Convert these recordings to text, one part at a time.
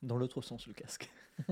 Dans l'autre sens, le casque.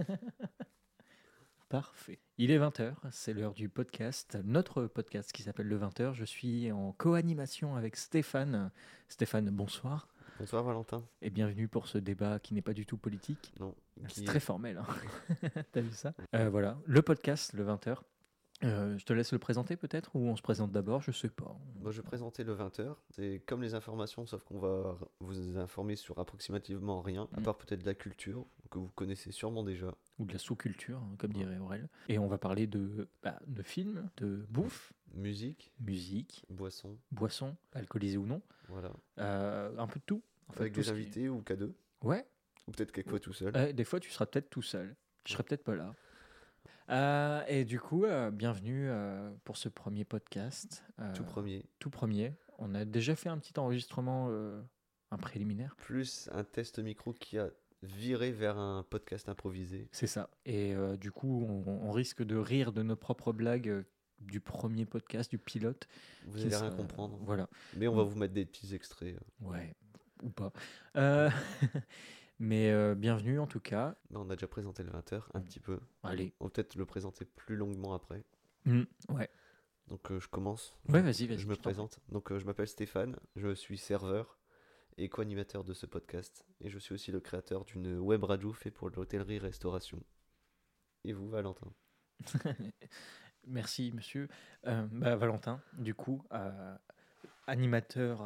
Parfait. Il est 20h, c'est l'heure du podcast, notre podcast qui s'appelle le 20h. Je suis en co-animation avec Stéphane. Stéphane, bonsoir Bonsoir Valentin. et bienvenue pour ce débat qui n'est pas du tout politique. Non, C'est qui très est... formel, hein. T'as vu ça? Voilà, le podcast, le 20h. Je te laisse le présenter peut-être, ou on se présente d'abord, je sais pas. Moi, je vais présenter le 20h. C'est comme les informations, sauf qu'on va vous informer sur approximativement rien, à part peut-être de la culture, que vous connaissez sûrement déjà. Ou de la sous-culture, hein, comme dirait Aurel. Et on va parler de films, de bouffe, Musique, musique, boisson, boissons, alcoolisées ou non, voilà. un peu de tout. En fait, Avec tout des ce qui- invités ou qu'à deux, Ouais, ou peut-être quelquefois tout seul. des fois tu seras peut-être tout seul. Je serai peut-être pas là. Et du coup, bienvenue pour ce premier podcast. Tout premier. Tout premier. On a déjà fait un petit enregistrement, un préliminaire. Plus un test micro qui a viré vers un podcast improvisé. C'est ça. Et du coup, on risque de rire de nos propres blagues du premier podcast, du pilote. Vous qui allez sera- rien comprendre. Voilà. Mais on va vous mettre des petits extraits. Ouais, ou pas. Euh, mais bienvenue en tout cas. Mais on a déjà présenté le 20h un petit peu. Allez. On va peut-être le présenter plus longuement après. Ouais. Donc je commence. Ouais, vas-y. Je me présente. Donc je m'appelle Stéphane, je suis serveur et co-animateur de ce podcast. Et je suis aussi le créateur d'une web radio faite pour l'hôtellerie-restauration. Et vous, Valentin? Merci, monsieur. Valentin, du coup, animateur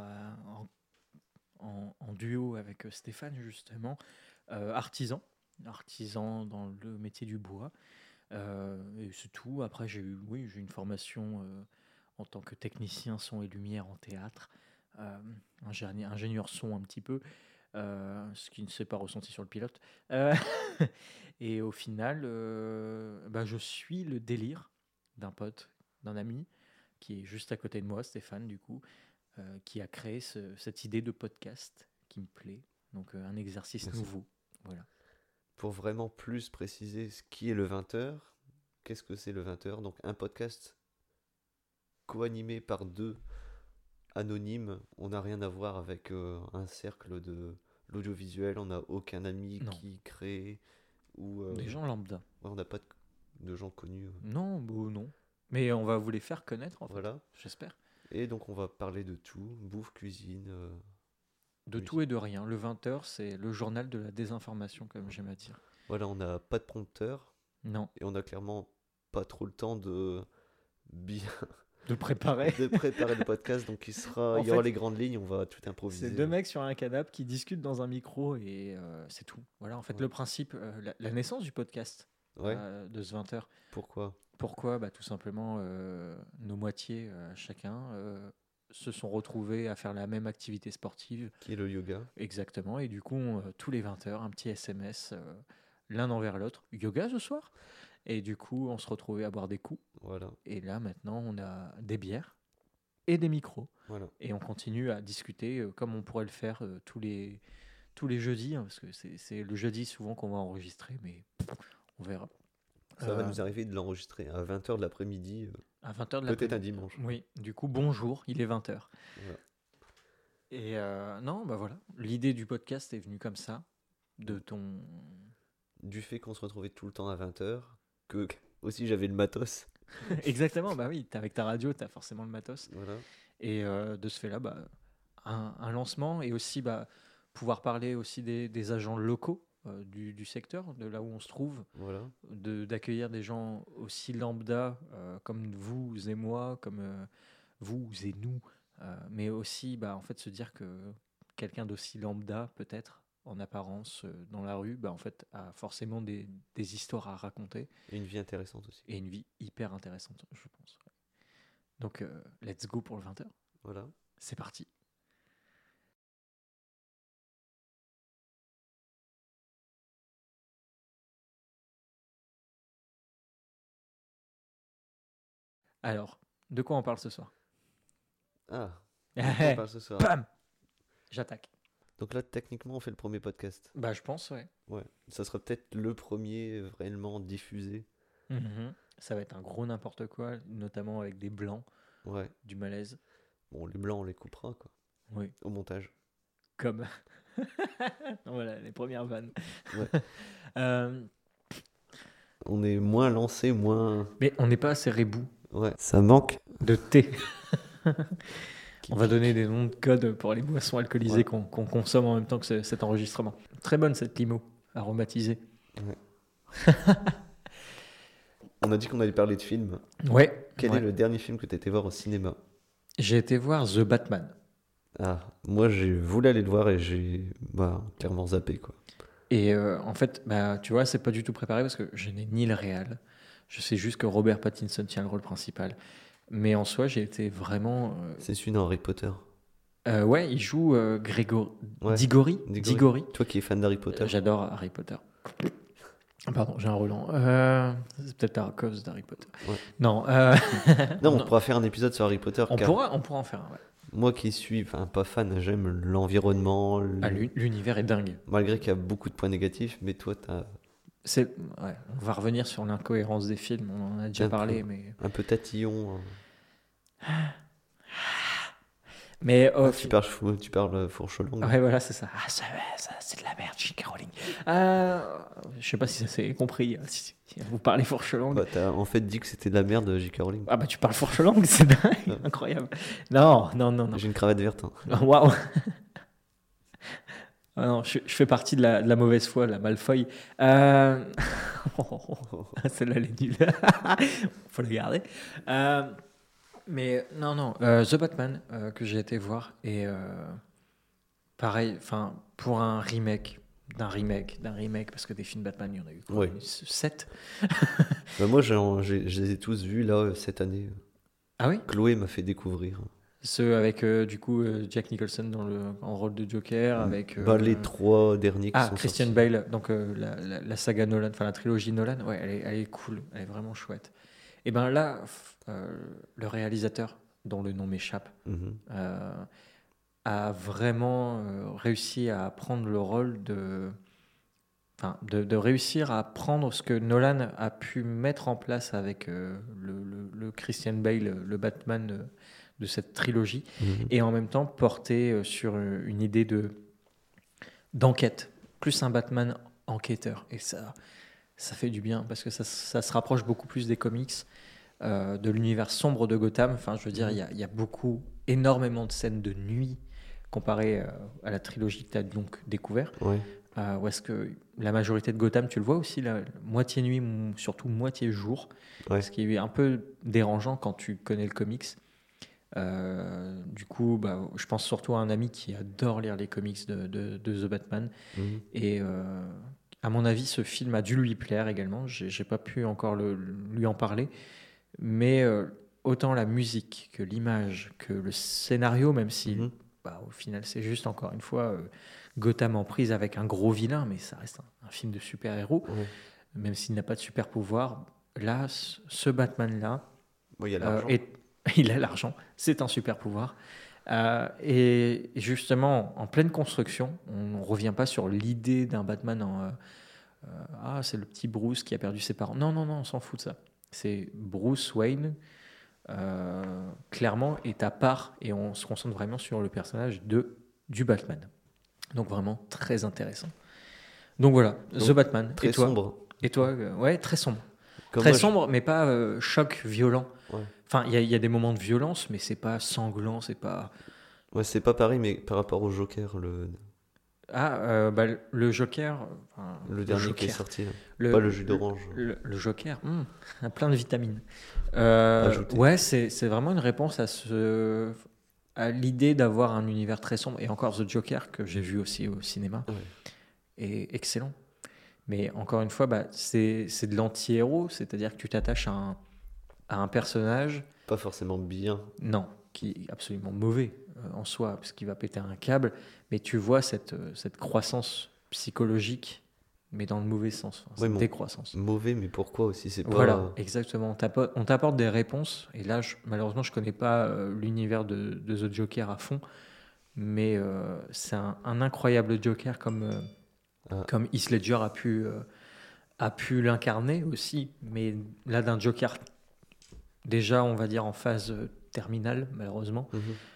en duo avec Stéphane, justement, artisan dans le métier du bois. Et c'est tout. Après, j'ai une formation en tant que technicien son et lumière en théâtre, ingénieur son un petit peu, ce qui ne s'est pas ressenti sur le pilote. Euh, et au final, je suis le délire d'un pote, d'un ami, qui est juste à côté de moi, Stéphane, du coup, qui a créé cette idée de podcast qui me plaît. Donc, un exercice Merci. nouveau. Voilà. Pour vraiment plus préciser ce qui est le 20h, qu'est-ce que c'est le 20h? Donc un podcast co-animé par deux anonymes. On n'a rien à voir avec un cercle de l'audiovisuel. On n'a aucun ami Non. qui crée ou Des gens lambda. ouais, on n'a pas de gens connus. Non, non. Mais on va vous les faire connaître, en fait. Voilà. J'espère. Et donc on va parler de tout, bouffe, cuisine. De Oui. tout et de rien. Le 20h, c'est le journal de la désinformation, comme j'aime à dire. Voilà, on n'a pas de prompteur Non. et on a clairement pas trop le temps de bien De préparer. de préparer le podcast. Donc il En y aura fait, les grandes lignes, on va tout improviser. C'est deux mecs sur un canapé qui discutent dans un micro et c'est tout. Voilà, en fait, Ouais. le principe, la naissance du podcast Ouais. de ce 20h. Pourquoi? Pourquoi? Tout simplement, nos moitiés, chacun, se sont retrouvés à faire la même activité sportive. Qui est le yoga? Exactement. Et du coup, tous les 20h, un petit SMS, l'un envers l'autre. Yoga ce soir? Et du coup, on se retrouvait à boire des coups. Voilà. Et là, maintenant, on a des bières et des micros. Voilà. Et on continue à discuter comme on pourrait le faire tous les jeudis, hein, parce que c'est le jeudi souvent qu'on va enregistrer, mais on verra. Ça va nous arriver de l'enregistrer à 20h de l'après-midi, À 20h de peut-être un l'après-midi. dimanche. Oui, du coup, bonjour, il est 20h. Voilà. Et non, voilà, l'idée du podcast est venue comme ça, de ton... Du fait qu'on se retrouvait tout le temps à 20h, que aussi j'avais le matos. Exactement, bah oui, avec ta radio, t'as forcément le matos. Voilà. Et de ce fait-là, un lancement et aussi pouvoir parler aussi des agents locaux du secteur, de là où on se trouve, Voilà. d'accueillir des gens aussi lambda comme vous et moi, comme vous et nous, mais aussi en fait se dire que quelqu'un d'aussi lambda peut-être en apparence dans la rue, en fait a forcément des histoires à raconter Et une vie intéressante aussi. et une vie hyper intéressante, je pense. Donc let's go pour le 20h. Voilà. C'est parti. Alors, de quoi on parle ce soir? Ah, on parle ce soir. Bam! J'attaque. Donc là, techniquement, on fait le premier podcast. Je pense, ouais. Ouais. Ça sera peut-être le premier réellement diffusé. Ça va être un gros n'importe quoi, notamment avec des blancs, Ouais. du malaise. Bon, les blancs, on les coupera, quoi. Oui. Au montage. Comme, Voilà, les premières vannes. Ouais. Euh, On est moins lancé, moins. mais on n'est pas assez rebou Ouais, ça manque. de thé. Qui On va pique. donner des noms de code pour les boissons alcoolisées Ouais. qu'on consomme en même temps que cet enregistrement. Très bonne cette limo, aromatisée. On a dit qu'on allait parler de films. Ouais. Quel ouais. est le dernier film que tu étais voir au cinéma? J'ai été voir The Batman. Ah, moi j'ai voulu aller le voir et j'ai clairement zappé quoi. Et en fait, bah, tu vois, c'est pas du tout préparé parce que je n'ai ni le réal. Je sais juste que Robert Pattinson tient le rôle principal. Mais en soi, j'ai été vraiment. C'est celui dans Harry Potter. Ouais, il joue Ouais. Diggory. Diggory. Toi qui es fan d'Harry Potter. J'adore Harry Potter. Pardon, j'ai un Roland. C'est peut-être à cause d'Harry Potter. Ouais. Non. Non, on pourra faire un épisode sur Harry Potter. On car pourra en faire un. Ouais. moi qui suis pas fan, j'aime l'environnement. Ah, l'univers est dingue. Malgré qu'il y a beaucoup de points négatifs, mais toi t'as Ouais, on va revenir sur l'incohérence des films. On en a déjà Un parlé, peu. mais. un peu tatillon. Mais Tu parles fourche-langue. ouais, voilà, c'est ça. Ah, ça, c'est de la merde, J.K. Rowling. Je sais pas si ça s'est compris. Si vous parlez fourche-langue. Bah, t'as en fait dit que c'était de la merde, J.K. Rowling. Ah bah tu parles fourche-langue, c'est dingue, incroyable. Non. J'ai une cravate verte. Hein. Waouh. Ah non, je fais partie de la mauvaise foi, la Malfoy. Celle-là, elle est nulle. Faut la garder. Mais non, The Batman que j'ai été voir et pareil, enfin pour un remake d'un remake parce que des films Batman il y en a eu quoi, Ouais. 7. Bah, moi, je les ai tous vus là cette année. Ah oui, Chloé m'a fait découvrir. ceux avec du coup Jack Nicholson en rôle de Joker avec Les 3 derniers qui sont Christian sortis. Bale, donc la saga Nolan, enfin la trilogie Nolan, ouais, elle est cool, elle est vraiment chouette. Et ben là, le réalisateur, dont le nom m'échappe, Mhm. a vraiment réussi à prendre le rôle de réussir à prendre ce que Nolan a pu mettre en place avec le Christian Bale, le Batman de cette trilogie, Mhm. et en même temps porter sur une idée d'enquête, plus un Batman enquêteur. Et ça fait du bien parce que ça se rapproche beaucoup plus des comics, de l'univers sombre de Gotham. Enfin, je veux dire, il y a énormément de scènes de nuit comparé à la trilogie que tu as donc découvert. Ouais. Où est-ce que la majorité de Gotham, tu le vois aussi, la moitié nuit, surtout moitié jour, Ouais. ce qui est un peu dérangeant quand tu connais le comics. Du coup, je pense surtout à un ami qui adore lire les comics de The Batman. Mhm. Et à mon avis, ce film a dû lui plaire également. J'ai pas pu encore lui en parler. Mais autant la musique que l'image, que le scénario, même si Mhm. au final c'est juste encore une fois Gotham en prise avec un gros vilain, mais ça reste un film de super-héros, Ouais. même s'il n'a pas de super-pouvoir. Là, ce Batman-là, Bon, il y a l'argent. il a l'argent, c'est un super-pouvoir. Et justement, en pleine construction, on ne revient pas sur l'idée d'un Batman c'est le petit Bruce qui a perdu ses parents. Non, on s'en fout de ça. C'est Bruce Wayne, clairement, est à part et on se concentre vraiment sur le personnage du Batman. Donc vraiment très intéressant. Donc voilà, Donc, The Batman. Très et toi sombre. Et toi ouais, très sombre. Comme Très moi, sombre, mais pas choc violent. Ouais. Enfin, il y a des moments de violence, mais c'est pas sanglant, c'est pas... Ouais, c'est pas pareil, mais par rapport au Joker, le Joker... le dernier qui est Joker. sorti. Là. Pas le jus d'orange. Le Joker, plein de vitamines. Ajouté. Ouais, c'est vraiment une réponse à l'idée d'avoir un univers très sombre. Et encore The Joker, que j'ai vu aussi au cinéma, Ouais. est excellent. Mais encore une fois, c'est de l'anti-héros, c'est-à-dire que tu t'attaches à un personnage, Pas forcément bien. non, qui est absolument mauvais en soi, parce qu'il va péter un câble, mais tu vois cette croissance psychologique, mais dans le mauvais sens, Ouais, cette bon. décroissance. Mauvais, mais pourquoi aussi? C'est pas. Voilà, exactement. On t'apporte des réponses, et là, malheureusement, je connais pas l'univers de The Joker à fond, mais c'est un incroyable Joker comme Heath Ledger a pu l'incarner aussi, mais là, d'un Joker déjà, on va dire, en phase terminale, malheureusement. Mhm.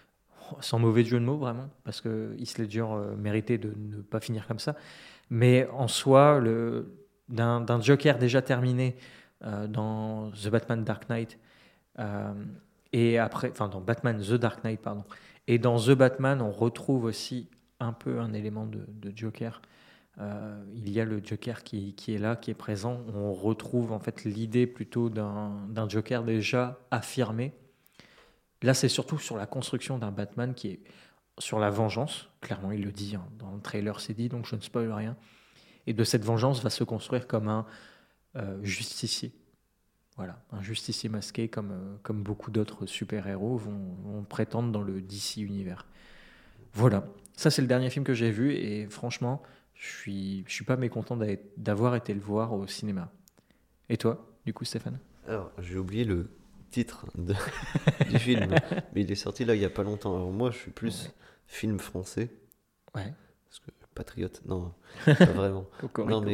sans mauvais jeu de mots vraiment, parce que Heath Ledger méritait de ne pas finir comme ça. Mais en soi, d'un Joker déjà terminé dans The Batman Dark Knight, euh, et après, enfin dans Batman The Dark Knight, pardon. Et dans The Batman, on retrouve aussi un peu un élément de Joker. Il y a le Joker qui est là, qui est présent. On retrouve en fait l'idée plutôt d'un Joker déjà affirmé. Là, c'est surtout sur la construction d'un Batman qui est sur la vengeance. Clairement, il le dit, hein, dans le trailer, c'est dit, donc je ne spoil rien. Et de cette vengeance va se construire comme un justicier. Voilà, un justicier masqué comme beaucoup d'autres super-héros vont prétendre dans le DC univers. Voilà, ça c'est le dernier film que j'ai vu et franchement, je suis pas mécontent d'avoir été le voir au cinéma. Et toi, du coup, Stéphane? Alors, j'ai oublié le titre du film, mais il est sorti là il y a pas longtemps. Alors moi, je suis plus Ouais. film français, Ouais. parce que patriote, non, pas vraiment. Cocorico. Non, mais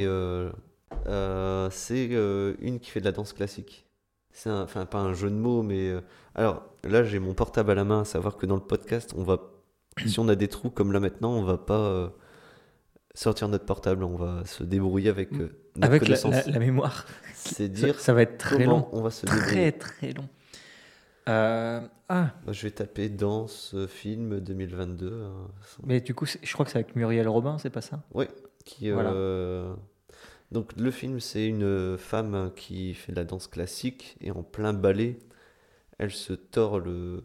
c'est une qui fait de la danse classique. C'est enfin pas un jeu de mots, mais alors là j'ai mon portable à la main, à savoir que dans le podcast, on va, si on a des trous comme là maintenant, on va pas sortir notre portable, on va se débrouiller avec notre Avec connaissance. la mémoire, C'est dire ça va être très comment long. on va se débrouiller. Très long. Moi, je vais taper danse film 2022. Mais du coup, je crois que c'est avec Muriel Robin, c'est pas ça? Oui, qui Voilà. donc le film, c'est une femme qui fait de la danse classique et en plein ballet, elle se tord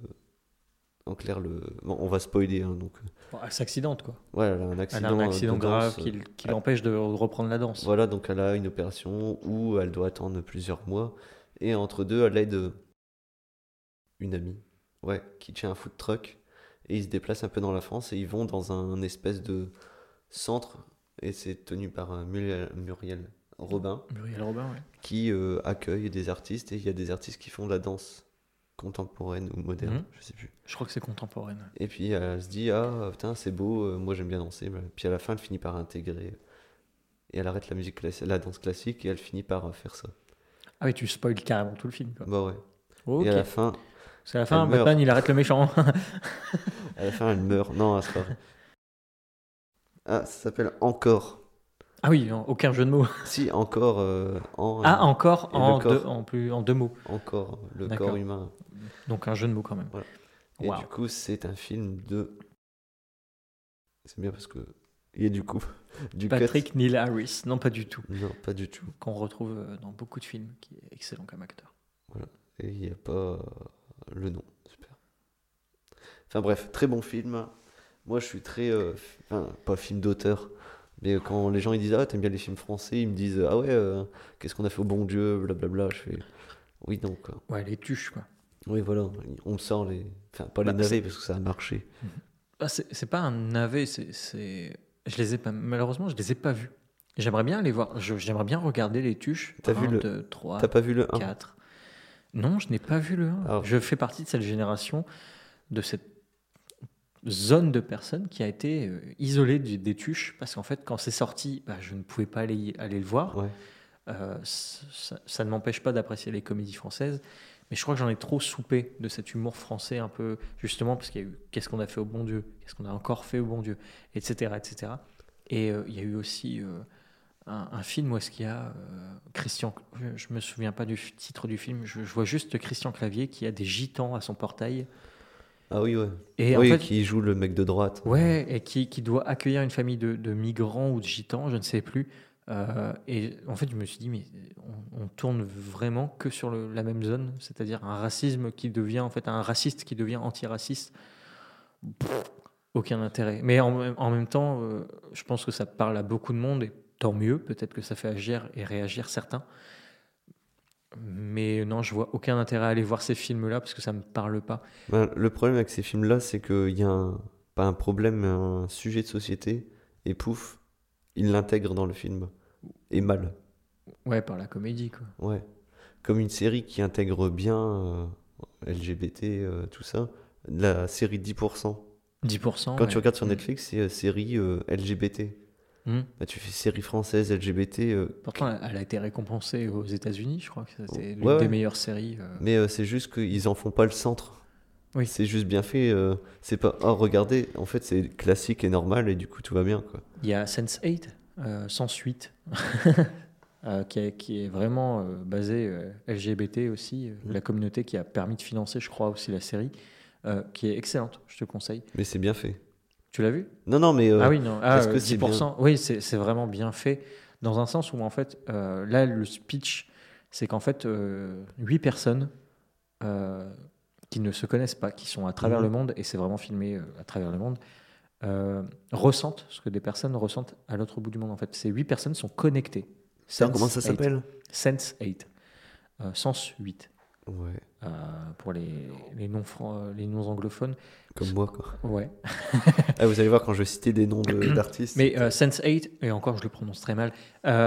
en clair bon, on va spoiler hein, donc Bon, elle s'accidente, quoi. ouais, elle a un Elle a accident un accident de grave danse. qui l'empêche de reprendre la danse. Voilà, donc elle a une opération où elle doit attendre plusieurs mois et entre deux, elle aide une amie, ouais, qui tient un food truck et ils se déplacent un peu dans la France et ils vont dans un espèce de centre et c'est tenu par Muriel Robin Muriel Robin, ouais. qui accueille des artistes et il y a des artistes qui font de la danse contemporaine ou moderne, Mhm. je sais plus. Je crois que c'est contemporaine. Et puis elle se dit ah putain c'est beau, moi j'aime bien danser. Puis à la fin elle finit par intégrer et elle arrête la musique la danse classique et elle finit par faire ça. Ah oui, tu spoil carrément tout le film, quoi. Bah ouais. Ok. Et à la fin C'est à la fin, elle meurt. Batman, il arrête le méchant. À la fin elle meurt. Non, c'est pas vrai. Ah, ça s'appelle Encore. Ah oui, aucun jeu de mots. Si, encore Ah, encore et le corps. en deux mots. Encore le D'accord. corps humain. Donc un jeu de mots quand même. Voilà. Et Waouh. du coup, c'est un film de. C'est bien parce que. Il y a du coup. Du Patrick Neil Harris. Non, pas du tout. cut. Non, pas du tout. Qu'on retrouve dans beaucoup de films, qui est excellent comme acteur. Et il n'y a pas le nom. Super. Enfin bref, très bon film. Moi, je suis très. Enfin, pas film d'auteur. Mais quand les gens ils disent ah t'aimes bien les films français, ils me disent ah ouais qu'est-ce qu'on a fait au bon Dieu, blablabla. Je fais oui donc Ouais, les tuches, quoi. oui voilà, on me sort les, enfin pas les Bah, navets parce que ça a marché. Ah, c'est pas un navet, je les ai pas, malheureusement, je les ai pas vus. J'aimerais bien les voir. J'aimerais bien regarder les tuches. T'as vu 1, le- 2, 3, T'as pas vu le 1? 4. Non, je n'ai pas vu le 1. Alors, Je fais partie de cette génération, de cette zone de personnes qui a été isolée des tuches, parce qu'en fait, quand c'est sorti, bah, je ne pouvais pas aller le voir. ouais. Ça ne m'empêche pas d'apprécier les comédies françaises, mais je crois que j'en ai trop soupé de cet humour français un peu, justement, parce qu'il y a eu Qu'est-ce qu'on a fait au bon Dieu, qu'est-ce qu'on a encore fait au bon Dieu, etc. etc. Et il y a eu aussi un film où est-ce qu'il y a Christian, je me souviens pas du titre du film, je vois juste Christian Clavier qui a des gitans à son portail. Ah oui ouais. Et Oui, en fait, qui joue le mec de droite. ouais, et qui doit accueillir une famille de migrants ou de gitans, je ne sais plus. Et en fait, je me suis dit, mais on tourne vraiment que sur la même zone, c'est-à-dire un racisme qui devient, en fait, un raciste qui devient antiraciste. Pff, aucun intérêt. Mais en même temps, je pense que ça parle à beaucoup de monde, et tant mieux, peut-être que ça fait agir et réagir certains. Mais non, je vois aucun intérêt à aller voir ces films-là parce que ça me parle pas. Ben, le problème avec ces films-là, c'est qu'il y a pas un problème, mais un sujet de société, et pouf, ils l'intègrent dans le film. Et mal. Ouais, par la comédie, quoi. Ouais. Comme une série qui intègre bien LGBT, tout ça. La série 10%. 10%. Quand ouais. tu regardes sur Netflix, c'est série LGBT. Hmm. Bah, tu fais série française LGBT. Pourtant, elle a été récompensée aux États-Unis, je crois que c'était l'une Ouais, des ouais. meilleures séries. Mais c'est juste qu'ils en font pas le centre. Oui. C'est juste bien fait. C'est pas, oh, regardez, en fait, c'est classique et normal, et du coup, tout va bien, quoi. Il y a Sense8, Sens 8, qui est vraiment basé LGBT aussi, la communauté qui a permis de financer, je crois, aussi la série, qui est excellente, je te conseille. Mais c'est bien fait. Tu l'as vu? Non, mais Ah oui, non, est-ce que c'est bien? 10%, oui, c'est vraiment bien fait, dans un sens où, en fait, là, le speech, c'est qu'en fait, 8 personnes euh, qui ne se connaissent pas, qui sont à travers Mhm. le monde, et c'est vraiment filmé à travers le monde, ressentent ce que des personnes ressentent à l'autre bout du monde. En fait, ces 8 personnes sont connectées. Putain, comment ça Sense8. s'appelle? Sense 8. Sens 8. Ouais, Pour les non anglophones. comme moi, quoi. Ouais. Ah, vous allez voir quand je vais citer des noms d'artistes. Mais Sense 8, et encore je le prononce très mal,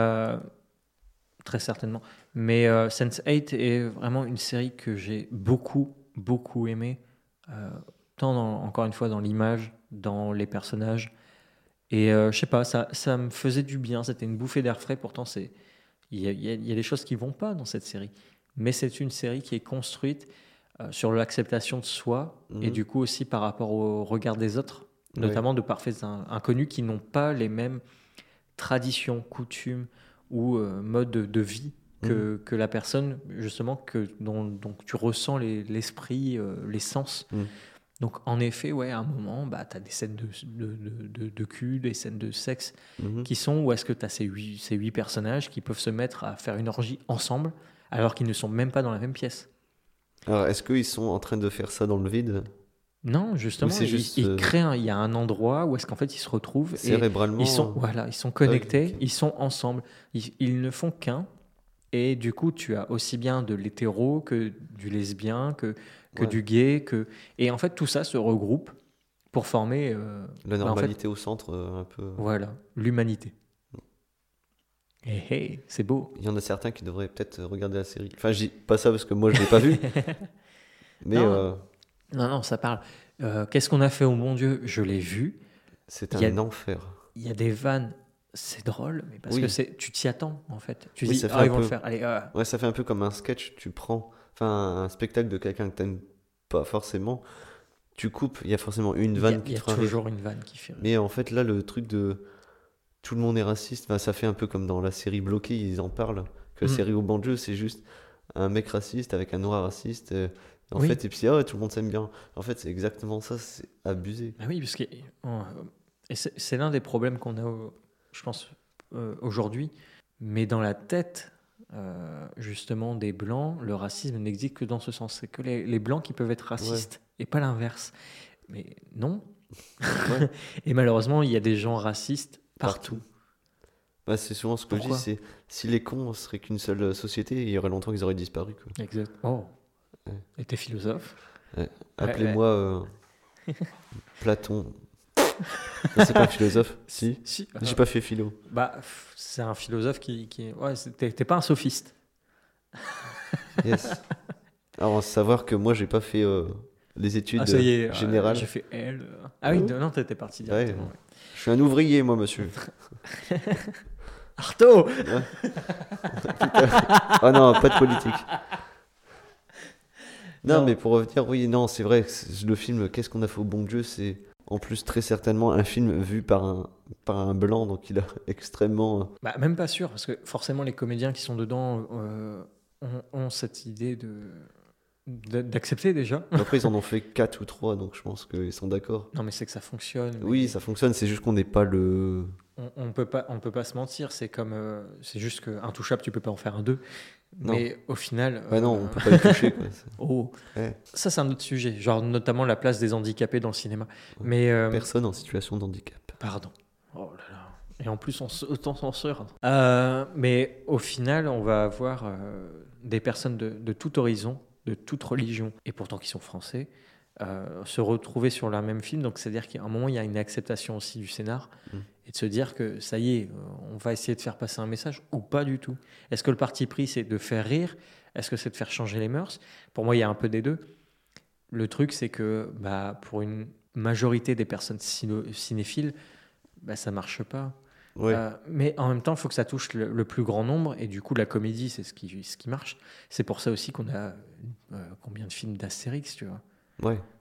très certainement. Mais Sense 8 est vraiment une série que j'ai beaucoup, beaucoup aimée. Tant encore une fois dans l'image, dans les personnages. Et je sais pas, ça me faisait du bien. C'était une bouffée d'air frais. Pourtant, il y a des choses qui vont pas dans cette série. Mais c'est une série qui est construite sur l'acceptation de soi et Mhm. du coup aussi par rapport au regard des autres, Ouais. notamment de parfaits inconnus qui n'ont pas les mêmes traditions, coutumes ou modes de vie que la personne justement dont tu ressens l'esprit, les sens. Mhm. Donc en effet, ouais, à un moment, bah, tu as des scènes de cul, des scènes de sexe Mhm. qui sont où est-ce que tu as ces 8 personnages qui peuvent se mettre à faire une orgie ensemble alors qu'ils ne sont même pas dans la même pièce. Alors, est-ce qu'ils sont en train de faire ça dans le vide? Non, Ou justement, c'est juste ils créent il y a un endroit où est-ce qu'en fait ils se retrouvent et cérébralement? ils sont connectés, ok. ils sont ensemble, ils ne font qu'un. Et du coup, tu as aussi bien de l'hétéro que du lesbien, que Ouais. du gay, et en fait tout ça se regroupe pour former La en fait, normalité au centre, un peu. voilà, l'humanité. Et c'est beau. Il y en a certains qui devraient peut-être regarder la série. Enfin, je dis pas ça parce que moi je l'ai pas vu, mais Non, non, ça parle. Qu'est-ce qu'on a fait au bon Dieu? Je l'ai vu. c'est Il y a, un enfer. il y a des vannes, c'est drôle, mais parce que Oui, tu t'y attends en fait. Tu oui, dis, ça fait ah, un ils vont le peu. faire. Allez, Ouais, ça fait un peu comme un sketch. Tu prends, enfin, un spectacle de quelqu'un que t'aimes pas forcément. Tu coupes. Il y a forcément une vanne il qui y te a fera rire. toujours une vanne qui fait rire. Mais en fait, là, le truc de tout le monde est raciste. Enfin, ça fait un peu comme dans la série Bloqué. Ils en parlent. Que la Mm. série au banjo, c'est juste un mec raciste avec un noir raciste. En Oui. fait, et puis, ah ouais, tout le monde s'aime bien. En fait, c'est exactement ça. C'est abusé. Ah oui, parce que et c'est l'un des problèmes qu'on a, je pense, aujourd'hui. Mais dans la tête, justement, des Blancs, le racisme n'existe que dans ce sens. C'est que les Blancs qui peuvent être Ouais. racistes et pas l'inverse. Mais non. Ouais. Et malheureusement, il y a des gens racistes partout. Bah, c'est souvent ce que je dis, Pourquoi? c'est si les cons seraient qu'une seule société, il y aurait longtemps qu'ils auraient disparu, quoi. Exact. Oh, Ouais. et t'es philosophe? Ouais. Ouais, Appelez-moi Platon. Non, c'est pas un philosophe, si. Si, J'ai pas fait philo. bah, c'est un philosophe ouais, t'es pas un sophiste. Yes. Alors, savoir que moi, j'ai pas fait les études Ah, ça y est, générales. j'ai fait L. Ah oui, Oh. non, t'étais parti Ouais. directement. Ouais. Je suis un ouvrier, moi, monsieur. Artaud! Ouais. Ah non, pas de politique. Non, Non. mais pour revenir, oui, non, c'est vrai, le film Qu'est-ce qu'on a fait au bon Dieu, c'est en plus très certainement un film vu par un blanc, donc il a extrêmement. Bah, même pas sûr, parce que forcément, les comédiens qui sont dedans ont cette idée d'accepter déjà. Après, ils en ont fait 4 ou 3, donc je pense qu'ils sont d'accord. Non, mais c'est que ça fonctionne. Oui, mais ça fonctionne, c'est juste qu'on n'est pas le. on peut pas se mentir. C'est comme, c'est juste qu'un touchable, tu peux pas en faire un deux. Non. Mais au final. Bah non, on peut pas les toucher, quoi. Oh, Ouais. ça c'est un autre sujet, genre notamment la place des handicapés dans le cinéma. Ouais. Mais Personne en situation de handicap. pardon. Oh là là. Et en plus, autant censure. Mais au final, on va avoir des personnes de tout horizon, de toute religion, et pourtant qui sont français, se retrouver sur le même film. Donc, c'est-à-dire qu'à un moment, il y a une acceptation aussi du scénar, Mm. et de se dire que ça y est, on va essayer de faire passer un message, ou pas du tout. Est-ce que le parti pris, c'est de faire rire? Est-ce que c'est de faire changer les mœurs? Pour moi, il y a un peu des deux. Le truc, c'est que bah, pour une majorité des personnes cinéphiles, bah, ça marche pas. Ouais. Mais en même temps, il faut que ça touche le plus grand nombre, et du coup, la comédie, c'est ce qui marche. C'est pour ça aussi qu'on a combien de films d'Astérix, tu vois. Ouais.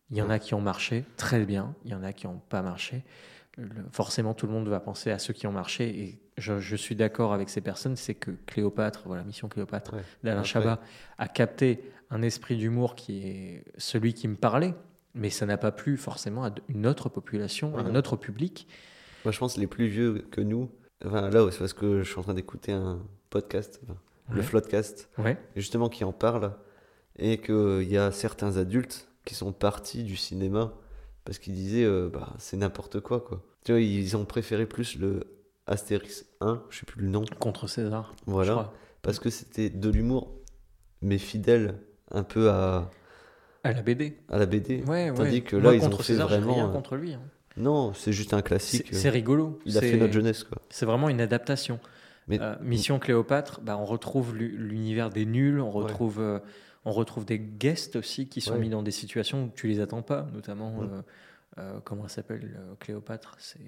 Il y en a qui ont marché très bien, il y en a qui n'ont pas marché. Forcément, tout le monde va penser à ceux qui ont marché. Et je suis d'accord avec ces personnes, c'est que Cléopâtre, voilà, Mission Cléopâtre, Ouais. d'Alain Après, Chabat, a capté un esprit d'humour qui est celui qui me parlait, mais ça n'a pas plu forcément à une autre population, à oui, un non. autre public. Moi, je pense que les plus vieux que nous, enfin, là, c'est parce que je suis en train d'écouter un podcast, enfin, le Ouais. Floodcast, Ouais, justement qui en parle, et qu'il y a certains adultes qui sont partis du cinéma parce qu'ils disaient bah, c'est n'importe quoi, quoi. Tu vois, ils ont préféré plus le Astérix 1, je sais plus le nom, contre César, je voilà, crois. parce que c'était de l'humour, mais fidèle un peu À la BD. à la BD. Ouais, Tandis ouais. que Moi, là, ils ont contre fait César, j'ai vraiment. rien contre lui, hein. Non, c'est juste un classique. C'est rigolo. Il a fait notre jeunesse, quoi. C'est vraiment une adaptation. Mais Mission Cléopâtre, bah, on retrouve l'univers des nuls, Ouais. on retrouve des guests aussi qui sont Ouais. mis dans des situations où tu les attends pas, notamment Mm. comment elle s'appelle Cléopâtre, c'est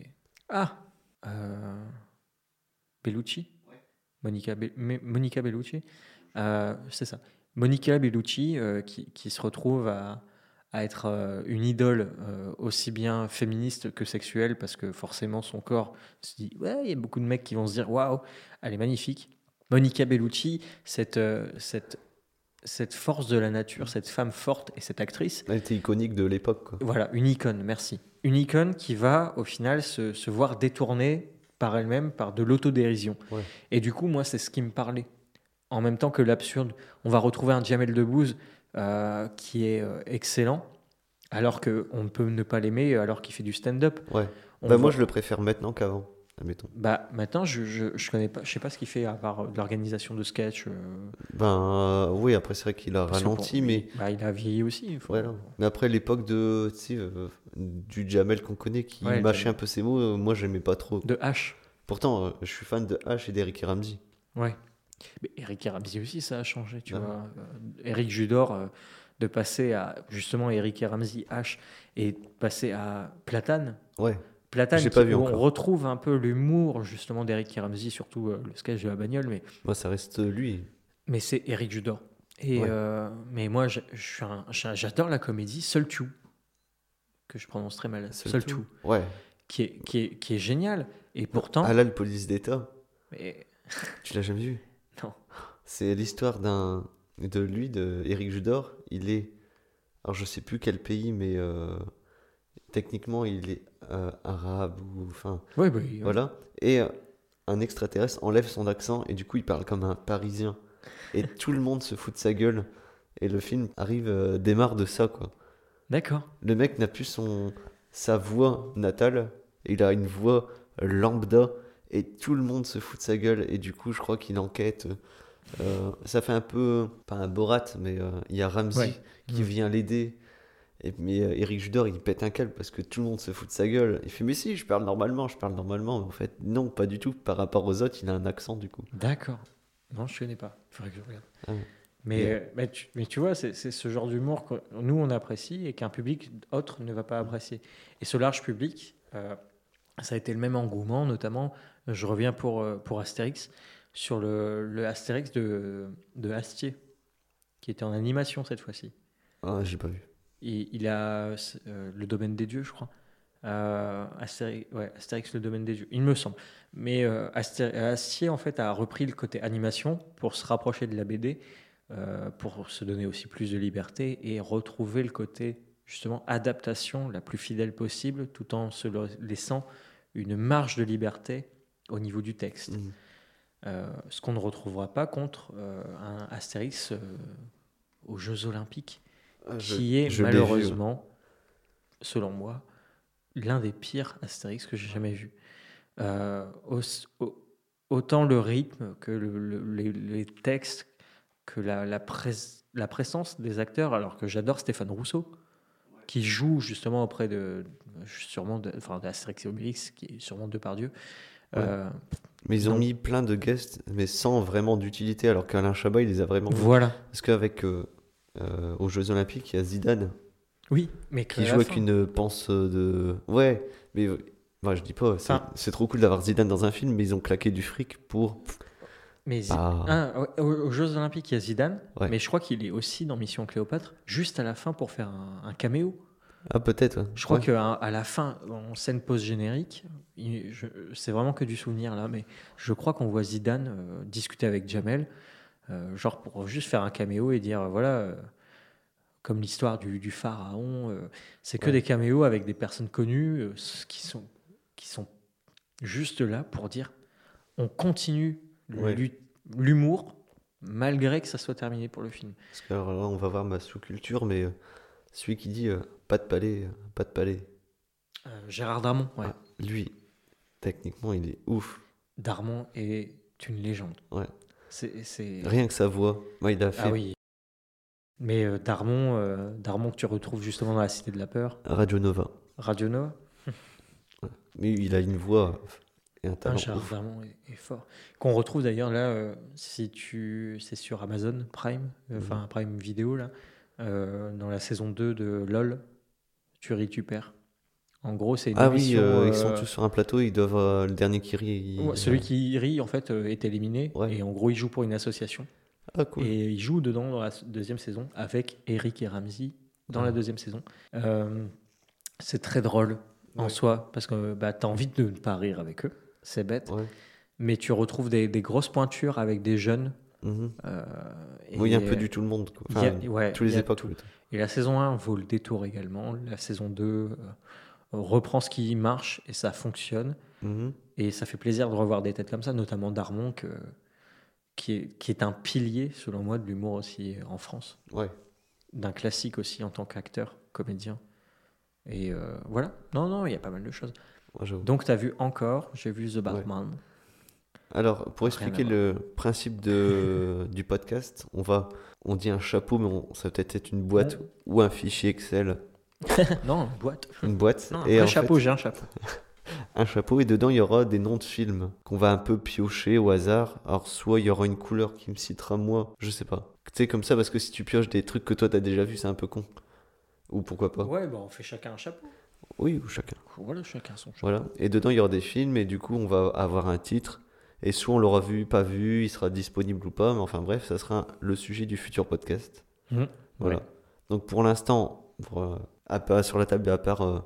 Bellucci, Monica Bellucci, c'est ça. Monica Bellucci qui se retrouve à être une idole aussi bien féministe que sexuelle parce que forcément son corps se dit ouais, il y a beaucoup de mecs qui vont se dire waouh, elle est magnifique. Monica Bellucci, cette force de la nature, cette femme forte et cette actrice, Elle était iconique de l'époque, quoi. voilà, une icône, merci. Une icône qui va au final se voir détournée par elle-même par de l'autodérision. Ouais. Et du coup, moi, c'est ce qui me parlait. En même temps que l'absurde, on va retrouver un Jamel Debbouze qui est excellent, alors qu'on ne peut ne pas l'aimer, alors qu'il fait du stand-up. Ouais. On Bah, voit- moi, je le préfère maintenant qu'avant, admettons. Bah, maintenant, je connais pas, je sais pas ce qu'il fait à part de l'organisation de sketch. Oui, après, c'est vrai qu'il a Parce que ralenti, mais. il a vieilli aussi. Il faut- Ouais, non. Mais après, l'époque de, tu sais, du Jamel qu'on connaît, qui Ouais, le mâchait Jamel. un peu ses mots, moi, j'aimais pas trop. De H. Pourtant, je suis fan de H et d'Eric et Ramsey. Ouais. Mais Eric et Ramsey aussi, ça a changé, tu Ah. vois. Eric Judor, de passer à justement Eric et Ramsey H et de passer à Platane. Ouais. Platane, J'ai pas vu où on encore. retrouve un peu l'humour justement d'Eric et Ramsey, surtout le sketch de la bagnole, Moi, ça reste lui. mais c'est Eric Judor. Et, Ouais. mais moi, j'adore la comédie Seul Tout, que je prononce très mal. Seul Tout, Ouais. qui est génial. Et pourtant, Halal Police d'État, mais, tu l'as jamais vu? non. C'est l'histoire de Eric Judor. Il est, alors je sais plus quel pays, mais techniquement il est arabe ou enfin Ouais, bah, voilà. Et un extraterrestre enlève son accent et du coup il parle comme un Parisien. Et tout le monde se fout de sa gueule. Et le film démarre de ça, quoi. D'accord. Le mec n'a plus sa voix natale. Il a une voix lambda. Et tout le monde se fout de sa gueule. Et du coup, je crois qu'il enquête. Ça fait un peu, pas un Borat, mais il y a Ramsey Ouais. qui vient l'aider. Mais Eric Judor, il pète un câble parce que tout le monde se fout de sa gueule. Il fait, mais si, je parle normalement. Mais en fait, non, pas du tout. Par rapport aux autres, il a un accent, du coup. D'accord. Non, je connais pas. Il faudrait que je regarde. Ah ouais. Mais tu vois, c'est ce genre d'humour que nous, on apprécie et qu'un public autre ne va pas apprécier. Et ce large public, ça a été le même engouement, notamment, je reviens pour Astérix, sur le Astérix de Astier, qui était en animation cette fois-ci. Ah, j'ai pas vu. Il a le domaine des dieux, je crois. Astérix, le domaine des dieux, il me semble. Mais Astier, en fait, a repris le côté animation pour se rapprocher de la BD, pour se donner aussi plus de liberté et retrouver le côté, justement, adaptation la plus fidèle possible, tout en se laissant une marge de liberté au niveau du texte. Mhm. Ce qu'on ne retrouvera pas contre un Astérix aux Jeux Olympiques, Ah, qui est je l'ai vu, ouais. malheureusement, selon moi, l'un des pires Astérix que j'ai jamais vu. Autant le rythme que les textes, que la présence des acteurs, alors que j'adore Stéphane Rousseau, qui joue justement auprès d'Astérix et Obélix, qui est sûrement Depardieu. Ouais. Mais ils ont non. mis plein de guests, mais sans vraiment d'utilité, alors qu'Alain Chabat, il les a vraiment mis. Voilà. Parce qu'avec aux Jeux Olympiques, il y a Zidane Oui, mais qui joue avec une panse de. Ouais, mais moi je dis pas, c'est trop cool d'avoir Zidane dans un film, mais ils ont claqué du fric pour. Mais Ah. aux Jeux Olympiques, il y a Zidane, Ouais. mais je crois qu'il est aussi dans Mission Cléopâtre, juste à la fin pour faire un caméo. Ah, peut-être. Ouais. Je crois Ouais. qu'à à la fin, en scène post-générique, c'est vraiment que du souvenir là, mais je crois qu'on voit Zidane discuter avec Jamel, genre pour juste faire un caméo et dire voilà, comme l'histoire du pharaon, c'est que Ouais. des caméos avec des personnes connues qui sont juste là pour dire on continue Ouais. l'humour malgré que ça soit terminé pour le film. Parce que alors là, on va voir ma sous-culture, mais celui qui dit pas de palais, pas de palais. Gérard Darmon, ouais. Ah, lui, techniquement, il est ouf. Darmon est une légende. Ouais. C'est... Rien que sa voix. Moi, il a fait Ah oui. Mais Darmon que tu retrouves justement dans La Cité de la Peur, Radio Nova. Radio Nova, Mais il a une voix et un talent Gérard ouf. Darmon est fort. Qu'on retrouve d'ailleurs là, c'est sur Amazon Prime, enfin Prime Vidéo là, dans la saison 2 de LOL, Tu ris, tu perds. En gros, c'est une Ah oui, émission. ils sont tous sur un plateau, ils doivent. Le dernier qui rit. Ouais, celui qui rit en fait est éliminé Ouais. et en gros il joue pour une association Ah, cool. et il joue dedans dans la deuxième saison avec Eric et Ramsey dans la deuxième saison. C'est très drôle en Ouais. soi parce que bah, tu as envie de ne pas rire avec eux, c'est bête, Ouais. mais tu retrouves des grosses pointures avec des jeunes. Mhm. Et Oui, il y a un peu du tout le monde. Quoi. Enfin, ouais, tous il les y a époques. tout. Plutôt. Et la saison 1 vaut le détour également. La saison 2 reprend ce qui marche et ça fonctionne. Mhm. Et ça fait plaisir de revoir des têtes comme ça, notamment Darmon, qui est un pilier, selon moi, de l'humour aussi en France. Ouais. D'un classique aussi en tant qu'acteur, comédien. Et voilà. Non, il y a pas mal de choses. Ouais, j'avoue. Donc, tu as vu encore, j'ai vu The Batman. Alors, pour Rien à expliquer voir. le principe du podcast, on dit un chapeau, mais ça va peut-être être une boîte ou un fichier Excel. Non, boîte. Une boîte. Non, un et vrai en chapeau, fait, j'ai un chapeau. un chapeau, et dedans, il y aura des noms de films qu'on va un peu piocher au hasard. Alors, soit il y aura une couleur qui me citera moi, je sais pas. Tu sais, comme ça, parce que si tu pioches des trucs que toi t'as déjà vu, c'est un peu con. Ou pourquoi pas. Ouais, bah on fait chacun un chapeau. Oui, ou chacun. Voilà, chacun son chapeau. Voilà. Et dedans, il y aura des films, et du coup, on va avoir un titre. Et soit on l'aura vu, pas vu, il sera disponible ou pas, mais enfin bref, ça sera le sujet du futur podcast. Voilà. Ouais. Donc pour l'instant, à part sur la table, à part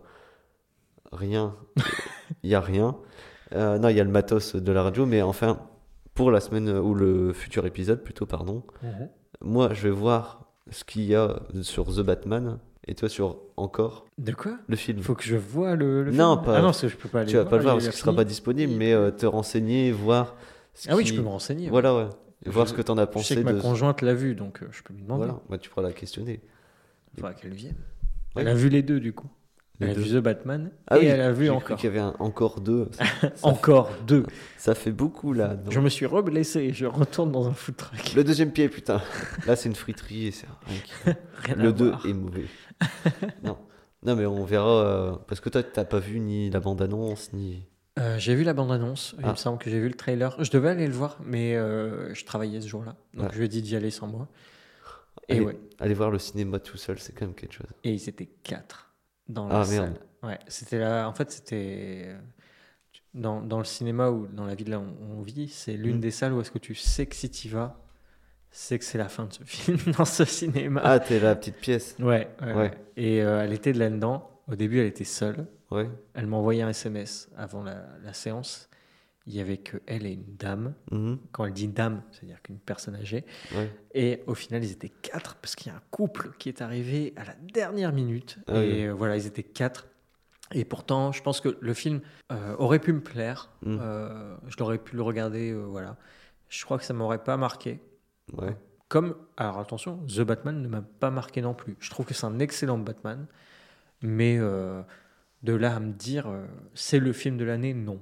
rien, il n'y a rien. Non, il y a le matos de la radio, mais enfin, pour la semaine, ou le futur épisode plutôt, pardon, moi je vais voir ce qu'il y a sur The Batman, et toi sur encore De quoi? le film. Faut que je vois le Non, film. pas- Ah non, parce que je peux pas aller Tu vas pas le voir il parce a qu'il sera fini. pas disponible, mais te renseigner, voir ce Ah oui, qui- je peux me renseigner. Voilà, ouais. Et voir Je- ce que t'en as Je sais pensé que ma de. conjointe l'a vu, donc je peux lui demander. Voilà, bah, tu pourras la questionner. Il faudra qu'elle vienne. Ouais. Elle a vu les deux, du coup. Les Elle a deux. vu The Batman Ah et oui, elle a vu j'ai cru encore. qu'il y avait encore deux. Encore deux. Ça fait beaucoup là. non Je me suis reblessé. Je retourne dans un food truck. Le deuxième pied, putain. Là, c'est une friterie et c'est Rien à le 2 voir. est mauvais. Non. Non, mais on verra. Parce que toi, t'as pas vu ni la bande-annonce, ni. J'ai vu la bande-annonce. Il Ah. me semble que j'ai vu le trailer. Je devais aller le voir, mais je travaillais ce jour-là. Donc Ouais. je lui ai dit d'y aller sans moi. Et Allez, ouais. allez voir le cinéma tout seul, c'est quand même quelque chose. Et ils étaient 4 dans Ah, la merde. salle. Ouais, c'était là. En fait, c'était dans le cinéma ou dans la ville où on vit, c'est l'une Mhm. des salles où est-ce que tu sais que si tu vas, c'est que c'est la fin de ce film dans ce cinéma. Ah, t'es la petite pièce. Ouais. Ouais. Et elle était de là-dedans. Au début, elle était seule. Ouais. Elle m'a envoyé un SMS avant la séance. Il y avait que elle et une dame. Mhm. Quand elle dit dame, c'est-à-dire qu'une personne âgée. Ouais. Et au final, ils étaient 4 parce qu'il y a un couple qui est arrivé à la dernière minute. Ah oui. Et voilà, ils étaient 4. Et pourtant, je pense que le film aurait pu me plaire. Mm. Je l'aurais pu le regarder, voilà. Je crois que ça m'aurait pas marqué. Ouais. Comme, alors attention, The Batman ne m'a pas marqué non plus. Je trouve que c'est un excellent Batman. Mais de là à me dire, c'est le film de l'année, non.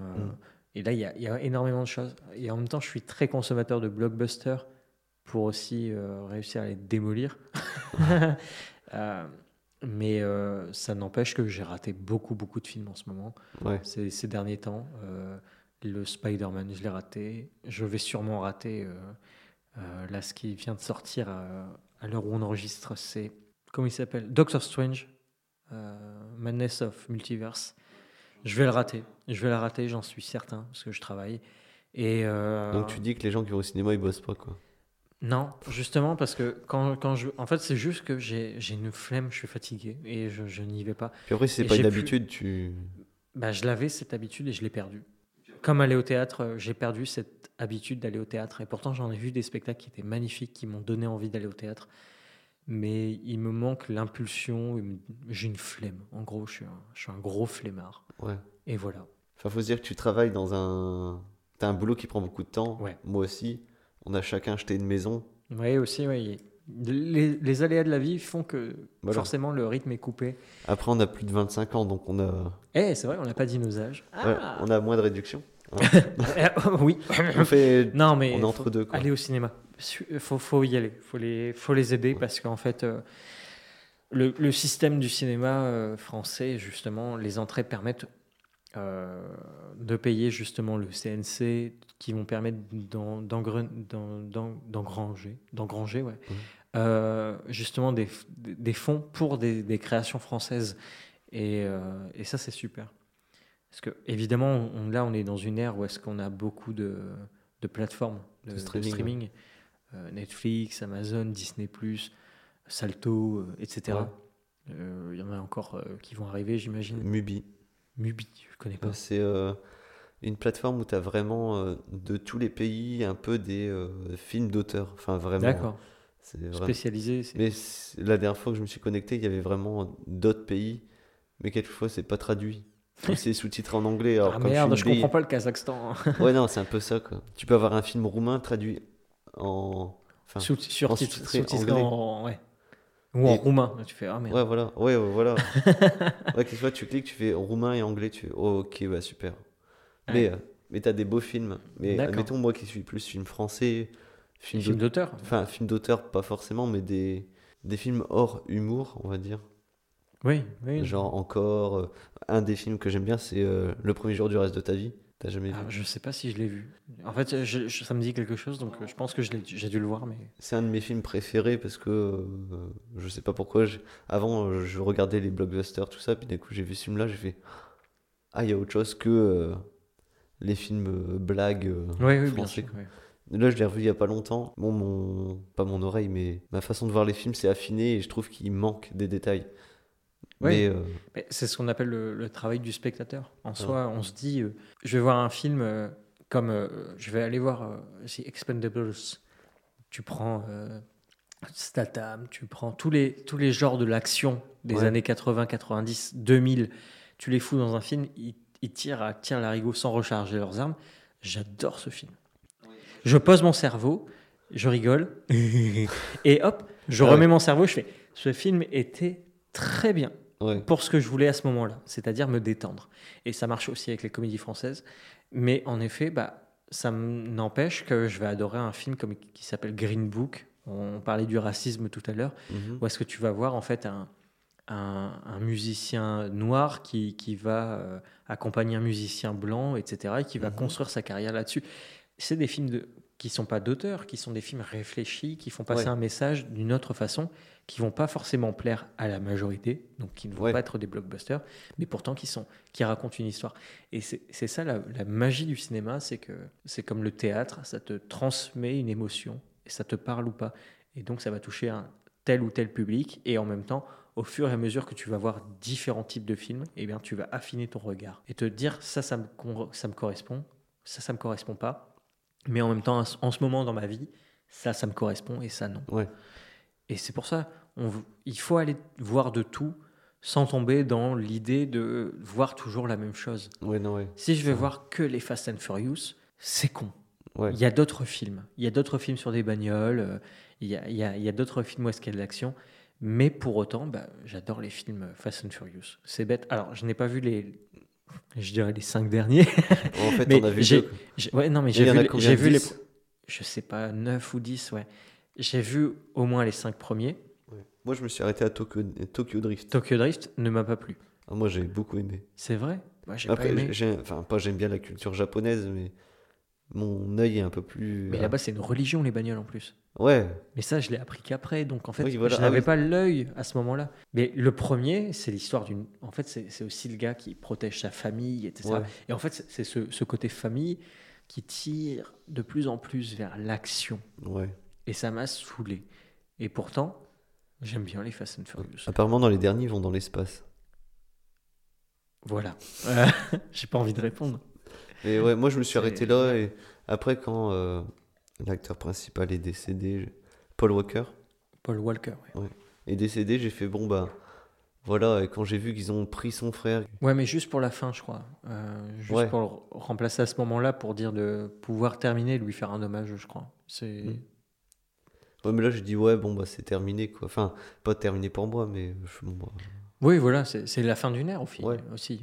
Et là, il y a énormément de choses. Et en même temps, je suis très consommateur de blockbusters pour aussi réussir à les démolir. Mais ça n'empêche que j'ai raté beaucoup de films en ce moment. Ouais. Ces derniers temps. Le Spider-Man, je l'ai raté. Je vais sûrement rater là, ce qui vient de sortir à l'heure où on enregistre, c'est... Comment il s'appelle? Doctor Strange. Madness of Multiverse. Je vais le rater. Je vais la rater, j'en suis certain, parce que je travaille. Et Donc tu dis que les gens qui vont au cinéma, ils bossent pas, quoi. Non, justement, parce que quand je. En fait, c'est juste que j'ai une flemme, je suis fatigué et je n'y vais pas. Puis après, si c'est Et pas j'ai une plus. habitude, tu. Bah, je l'avais cette habitude et je l'ai perdue. Comme aller au théâtre, j'ai perdu cette habitude d'aller au théâtre. Et pourtant, j'en ai vu des spectacles qui étaient magnifiques, qui m'ont donné envie d'aller au théâtre. Mais il me manque l'impulsion. J'ai une flemme. En gros, je suis un gros flemmard. Ouais. Et voilà. Enfin, faut se dire que tu travailles dans un. T'as un boulot qui prend beaucoup de temps. Ouais. Moi aussi. On a chacun acheté une maison. Oui, aussi, oui. Les aléas de la vie font que Voilà. forcément le rythme est coupé. Après, on a plus de 25 ans, donc on a. C'est vrai, on n'a pas dit nos âges. Ouais, on a moins de réduction. Hein. Oui. On fait. Non, mais On est entre deux, quoi. aller au cinéma. Faut y aller. Faut les aider parce qu'en fait, le système du cinéma français, justement, les entrées permettent de payer justement le CNC qui vont permettre d'engranger ouais, justement des fonds pour des créations françaises. Et ça, c'est super. Parce que, évidemment, là, on est dans une ère où est-ce qu'on a beaucoup de plateformes de streaming. Netflix, Amazon, Disney+, Salto, etc. Il y en a encore qui vont arriver, j'imagine. Mubi. Mubi, je connais pas. C'est une plateforme où tu as vraiment de tous les pays un peu des films d'auteur. Enfin, vraiment. D'accord. C'est vraiment... Spécialisé. Mais la dernière fois que je me suis connecté, il y avait vraiment d'autres pays, mais quelquefois c'est pas traduit. C'est sous-titré en anglais. Alors, comme merde, je comprends pas le Kazakhstan. Ouais, non, c'est un peu ça, quoi. Tu peux avoir un film roumain traduit en. Enfin, Sous-titré anglais. ouais. Ou en roumain. Tu fais, ah merde. Ouais, voilà. Ouais, voilà. Ouais, quelquefois tu cliques, tu fais roumain et anglais, tu fais oh, ok, bah super. Ouais. Mais t'as des beaux films. Mais D'accord. admettons, moi qui suis plus film français, Film d'auteur. enfin, film d'auteur, pas forcément, mais des films hors humour, on va dire. Oui. Genre encore, un des films que j'aime bien, c'est Le premier jour du reste de ta vie. T'as jamais vu? Alors, je sais pas si je l'ai vu. En fait, ça me dit quelque chose, donc je pense que j'ai dû le voir, mais. C'est un de mes films préférés parce que je sais pas pourquoi. Avant, je regardais les blockbusters, tout ça, puis d'un coup, j'ai vu ce film-là, j'ai fait ah, il y a autre chose que les films blagues Oui, bien français. sûr. Ouais. Là, je l'ai revu il y a pas longtemps. Bon, pas mon oreille, mais ma façon de voir les films, c'est affiné et je trouve qu'il manque des détails. Ouais. Mais Mais c'est ce qu'on appelle le travail du spectateur. En soi, on se dit, je vais voir un film comme je vais aller voir The Expendables. Tu prends Statham, tu prends tous les genres de l'action des années 80, 90, 2000, tu les fous dans un film, ils tirent à tir larigot sans recharger leurs armes. J'adore ce film. Je pose mon cerveau, je rigole, et hop, je remets mon cerveau, je fais, ce film était très bien pour ce que je voulais à ce moment-là, c'est-à-dire me détendre. Et ça marche aussi avec les comédies françaises. Mais en effet, ça n'empêche que je vais adorer un film qui s'appelle Green Book. On parlait du racisme tout à l'heure. Où est-ce que tu vas voir en fait un musicien noir qui va accompagner un musicien blanc, etc., et qui va construire sa carrière là-dessus. C'est des films qui ne sont pas d'auteur, qui sont des films réfléchis, qui font passer un message d'une autre façon, qui ne vont pas forcément plaire à la majorité, donc qui ne vont pas être des blockbusters, mais pourtant qui racontent une histoire. Et c'est ça la magie du cinéma, c'est que c'est comme le théâtre, ça te transmet une émotion, et ça te parle ou pas. Et donc ça va toucher un tel ou tel public, et en même temps, au fur et à mesure que tu vas voir différents types de films, eh bien, tu vas affiner ton regard et te dire ça me correspond, ça me correspond pas. Mais en même temps, en ce moment dans ma vie, ça me correspond et ça non. Et c'est pour ça, il faut aller voir de tout sans tomber dans l'idée de voir toujours la même chose. Si je vais voir que les Fast and Furious, c'est con. Il y a d'autres films. Il y a d'autres films sur des bagnoles. Il y a d'autres films où est-ce qu'il y a de l'action. Mais pour autant, j'adore les films Fast and Furious. C'est bête. Alors, je n'ai pas vu les 5 derniers. En fait, on a vu deux. J'ai vu les... Je sais pas, 9 ou 10, ouais. J'ai vu au moins les 5 premiers. Moi, je me suis arrêté à Tokyo Drift. Tokyo Drift ne m'a pas plu. Moi, j'ai beaucoup aimé. C'est vrai? Moi, j'ai Après, pas aimé. J'aime bien la culture japonaise, mais mon œil est un peu plus... Mais là-bas, c'est une religion, les bagnoles, en plus. Ouais. Mais ça, je l'ai appris qu'après. Donc, en fait, je n'avais pas l'œil à ce moment-là. Mais le premier, c'est l'histoire d'une... En fait, c'est aussi le gars qui protège sa famille, etc. Et en fait, c'est ce côté famille qui tire de plus en plus vers l'action. Et ça m'a saoulé. Et pourtant, j'aime bien les Fast and Furious. Apparemment, dans les derniers, ils vont dans l'espace. Voilà. J'ai pas envie de répondre. Et ouais, moi, je me suis C'est- arrêté là. Et après, quand l'acteur principal est décédé, Paul Walker Paul Walker, ouais. est décédé, j'ai fait bon, bah voilà. Et quand j'ai vu qu'ils ont pris son frère, Ouais, mais juste pour la fin, je crois. Juste Ouais. pour le remplacer à ce moment-là, pour dire de pouvoir terminer et lui faire un hommage, je crois. C'est... ouais, mais là, j'ai dit ouais, bon, bah c'est terminé quoi. Enfin, pas terminé pour moi, mais bon, bah, Oui, voilà, c'est la fin d'une ère Ouais. aussi.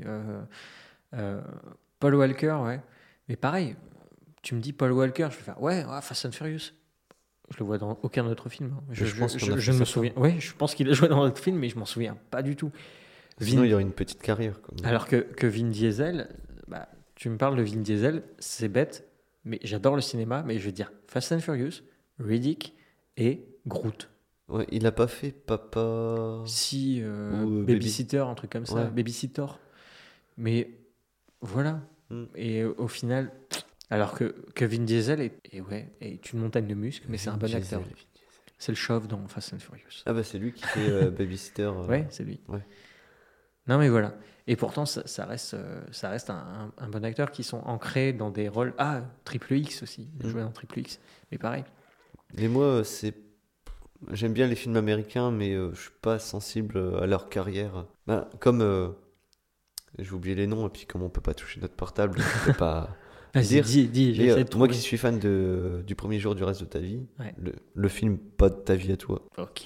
Paul Walker, ouais. Mais pareil, tu me dis Paul Walker, je vais faire ouais, Fast and Furious. Je le vois dans aucun autre film. Hein. Je pense qu'on a je fait ne me certains. souviens. Ouais, je pense qu'il a joué dans d'autres films, mais je m'en souviens pas du tout. Sinon, il y aurait une petite carrière quoi. Alors que Vin Diesel, bah, tu me parles de Vin Diesel, c'est bête, mais j'adore le cinéma, mais je vais dire Fast and Furious, Riddick et Groot. Ouais, il a pas fait Papa. Si, Ou, Babysitter, un truc comme ça, Ouais. Babysitter. Mais voilà. Mm. Et au final, alors que Vin Diesel est une montagne de muscles, mais c'est un Vin bon Diesel, acteur. Vin Diesel. C'est le chauve dans Fast and Furious. Ah bah c'est lui qui fait Babysitter. Ouais, c'est lui. ouais. Non, mais voilà. Et pourtant, ça reste un bon acteur qui sont ancrés dans des rôles. Ah, Triple X aussi. Il a joué dans Triple X. Mais pareil. Et moi, j'aime bien les films américains, mais je suis pas sensible à leur carrière. Bah, comme j'ai oublié les noms, et puis comme on peut pas toucher notre portable, je peux pas Vas-y, dire. dis, Mais, j'essaie de moi trouver. qui suis fan du premier jour du reste de ta vie, Ouais. le film Pas de ta vie à toi. Ok.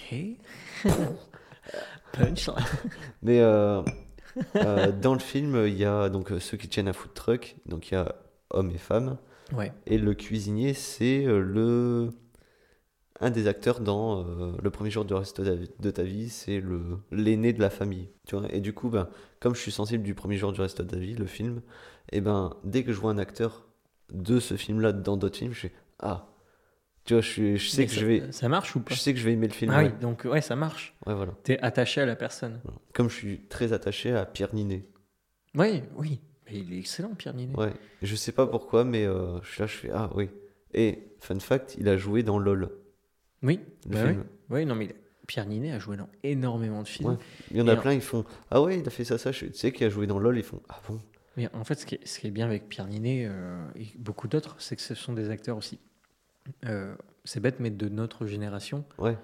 Punch. Mais dans le film, il y a donc ceux qui tiennent un food truck, donc il y a hommes et femmes, Ouais. et le cuisinier, c'est un des acteurs dans le premier jour du reste de ta vie, c'est l'aîné de la famille. Tu vois, et du coup, ben, comme je suis sensible du premier jour du reste de ta vie, le film, et ben, dès que je vois un acteur de ce film-là dans d'autres films, je fais ah, tu vois, je sais Mais que ça, je vais, ça marche ou pas? je sais que je vais aimer le film. Ah Ouais. oui, donc ouais, ça marche. Ouais, voilà. T'es attaché à la personne. Voilà. Comme je suis très attaché à Pierre Ninet. Oui, oui. Mais il est excellent, Pierre Ninet. Ouais, je sais pas pourquoi, mais je suis là, je fais ah oui. Et fun fact, il a joué dans LOL, Oui, le bah oui. film. Oui, non, mais Pierre Ninet a joué dans énormément de films. Ouais. Il y en a Et plein, ils font ah ouais, il a fait ça. Tu sais qu'il a joué dans LOL, ils font ah bon. Mais en fait, ce qui est bien avec Pierre Ninet et beaucoup d'autres, c'est que ce sont des acteurs aussi. C'est bête, mais de notre génération, Ouais,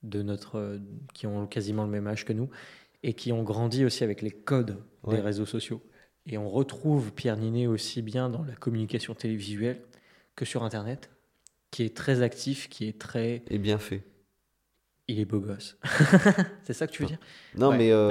qui ont quasiment le même âge que nous, et qui ont grandi aussi avec les codes des Ouais. réseaux sociaux. Et on retrouve Pierre Ninet aussi bien dans la communication télévisuelle que sur Internet, qui est très actif, qui est très... et bien fait. Il est beau gosse. C'est ça que tu veux dire? Non, Ouais. mais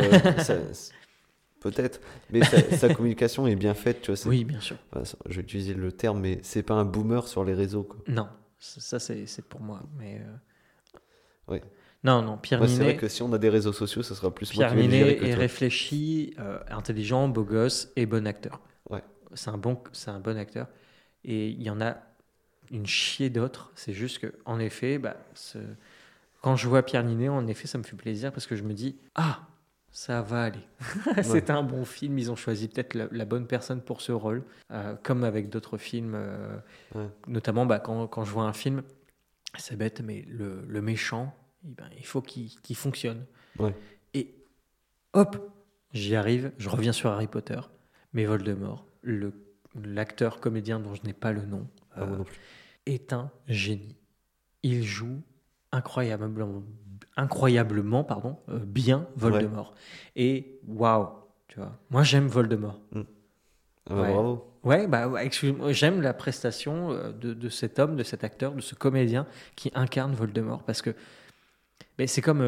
peut-être, mais sa communication est bien faite, tu vois. Oui, bien sûr. Je vais utiliser le terme, mais c'est pas un boomer sur les réseaux, quoi. Non, ça c'est pour moi. Mais Ouais. non, Pierre Moi, c'est vrai Ninet, que si on a des réseaux sociaux, ça sera plus moi Pierre qui vais le gérer Ninet que est toi. réfléchi, intelligent, beau gosse et bon acteur. Ouais. C'est un bon acteur. Et il y en a une chier d'autres. C'est juste que, en effet, quand je vois Pierre Ninet, en effet, ça me fait plaisir parce que je me dis ah, ça va aller. C'est un bon film. Ils ont choisi peut-être la bonne personne pour ce rôle, comme avec d'autres films. Ouais. Notamment, quand je vois un film, c'est bête, mais le méchant, eh ben, il faut qu'il fonctionne. Ouais. Et hop, j'y arrive. Je reviens sur Harry Potter, mais Voldemort, l'acteur comédien dont je n'ai pas le nom, Ah, moi non plus. est un génie. Il joue incroyablement bien Voldemort. Et waouh, tu vois. Moi, j'aime Voldemort. Ah bah, Ouais. bravo. Ouais, excuse-moi, j'aime la prestation de cet homme, de cet acteur, de ce comédien qui incarne Voldemort. Parce que c'est comme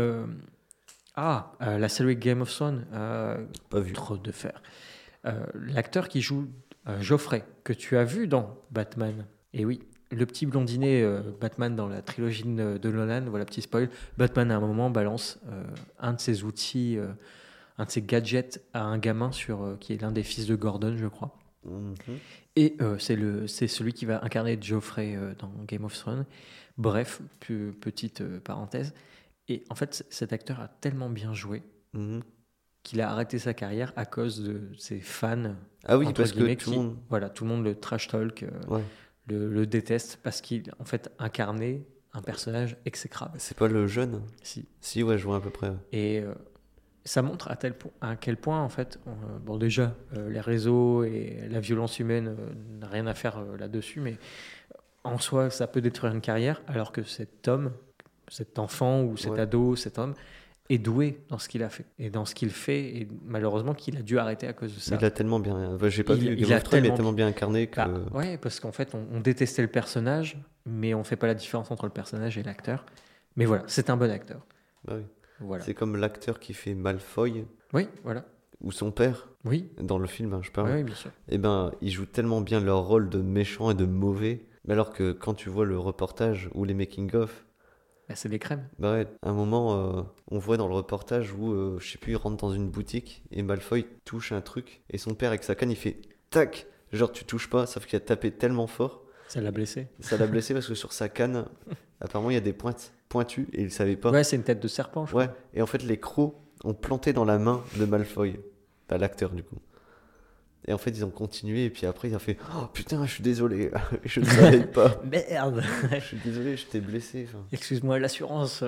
la série Game of Thrones, Pas vu. trop de fer. L'acteur qui joue Geoffrey, que tu as vu dans Batman. Et oui, le petit blondinet Batman dans la trilogie de Nolan, voilà, petit spoil. Batman, à un moment, balance un de ses outils, un de ses gadgets à un gamin qui est l'un des fils de Gordon, je crois. Mhm. Et c'est celui qui va incarner Geoffrey dans Game of Thrones. Bref, petite parenthèse. Et en fait, cet acteur a tellement bien joué Mhm. qu'il a arrêté sa carrière à cause de ses fans. Ah oui, entre parce que guillemets, tout le monde. Voilà, tout le monde le trash talk, Ouais. le déteste parce qu'il en fait incarnait un personnage exécrable. C'est pas le jeune? Si. Si, ouais, je vois à peu près. Ouais. Et ça montre à quel point, en fait, bon, déjà, les réseaux et la violence humaine n'a rien à faire là-dessus, mais en soi, ça peut détruire une carrière, alors que cet homme, cet enfant ou cet Ouais. ado, cet homme, est doué dans ce qu'il a fait et dans ce qu'il fait, et malheureusement qu'il a dû arrêter à cause de ça. Il a tellement bien. Enfin, j'ai pas Il- vu il Game a of Thrones, mais il a tellement tellement bien incarné que. Bah, ouais, parce qu'en fait, on détestait le personnage, mais on fait pas la différence entre le personnage et l'acteur. Mais voilà, c'est un bon acteur. Bah oui. Voilà. C'est comme l'acteur qui fait Malfoy, Oui, voilà. ou son père, Oui, dans le film, hein, je parle. oui, bien sûr. Eh ben, ils jouent tellement bien leur rôle de méchant et de mauvais. Mais alors que quand tu vois le reportage ou les making-of, Bah, c'est des crèmes. bah ouais, à un moment, on voit dans le reportage où, je sais plus, il rentre dans une boutique et Malfoy touche un truc et son père avec sa canne, il fait tac, genre tu touches pas, sauf qu'il a tapé tellement fort, Ça l'a blessé. ça l'a blessé parce que sur sa canne, apparemment il y a des pointes pointues et il savait pas. Ouais, c'est une tête de serpent, je Ouais, crois. et en fait les crocs ont planté dans la main de Malfoy, pas l'acteur du coup. Et en fait ils ont continué et puis après il a fait oh putain je suis désolé, je ne savais pas. Merde. Je suis désolé, je t'ai blessé. Enfin. Excuse-moi, l'assurance.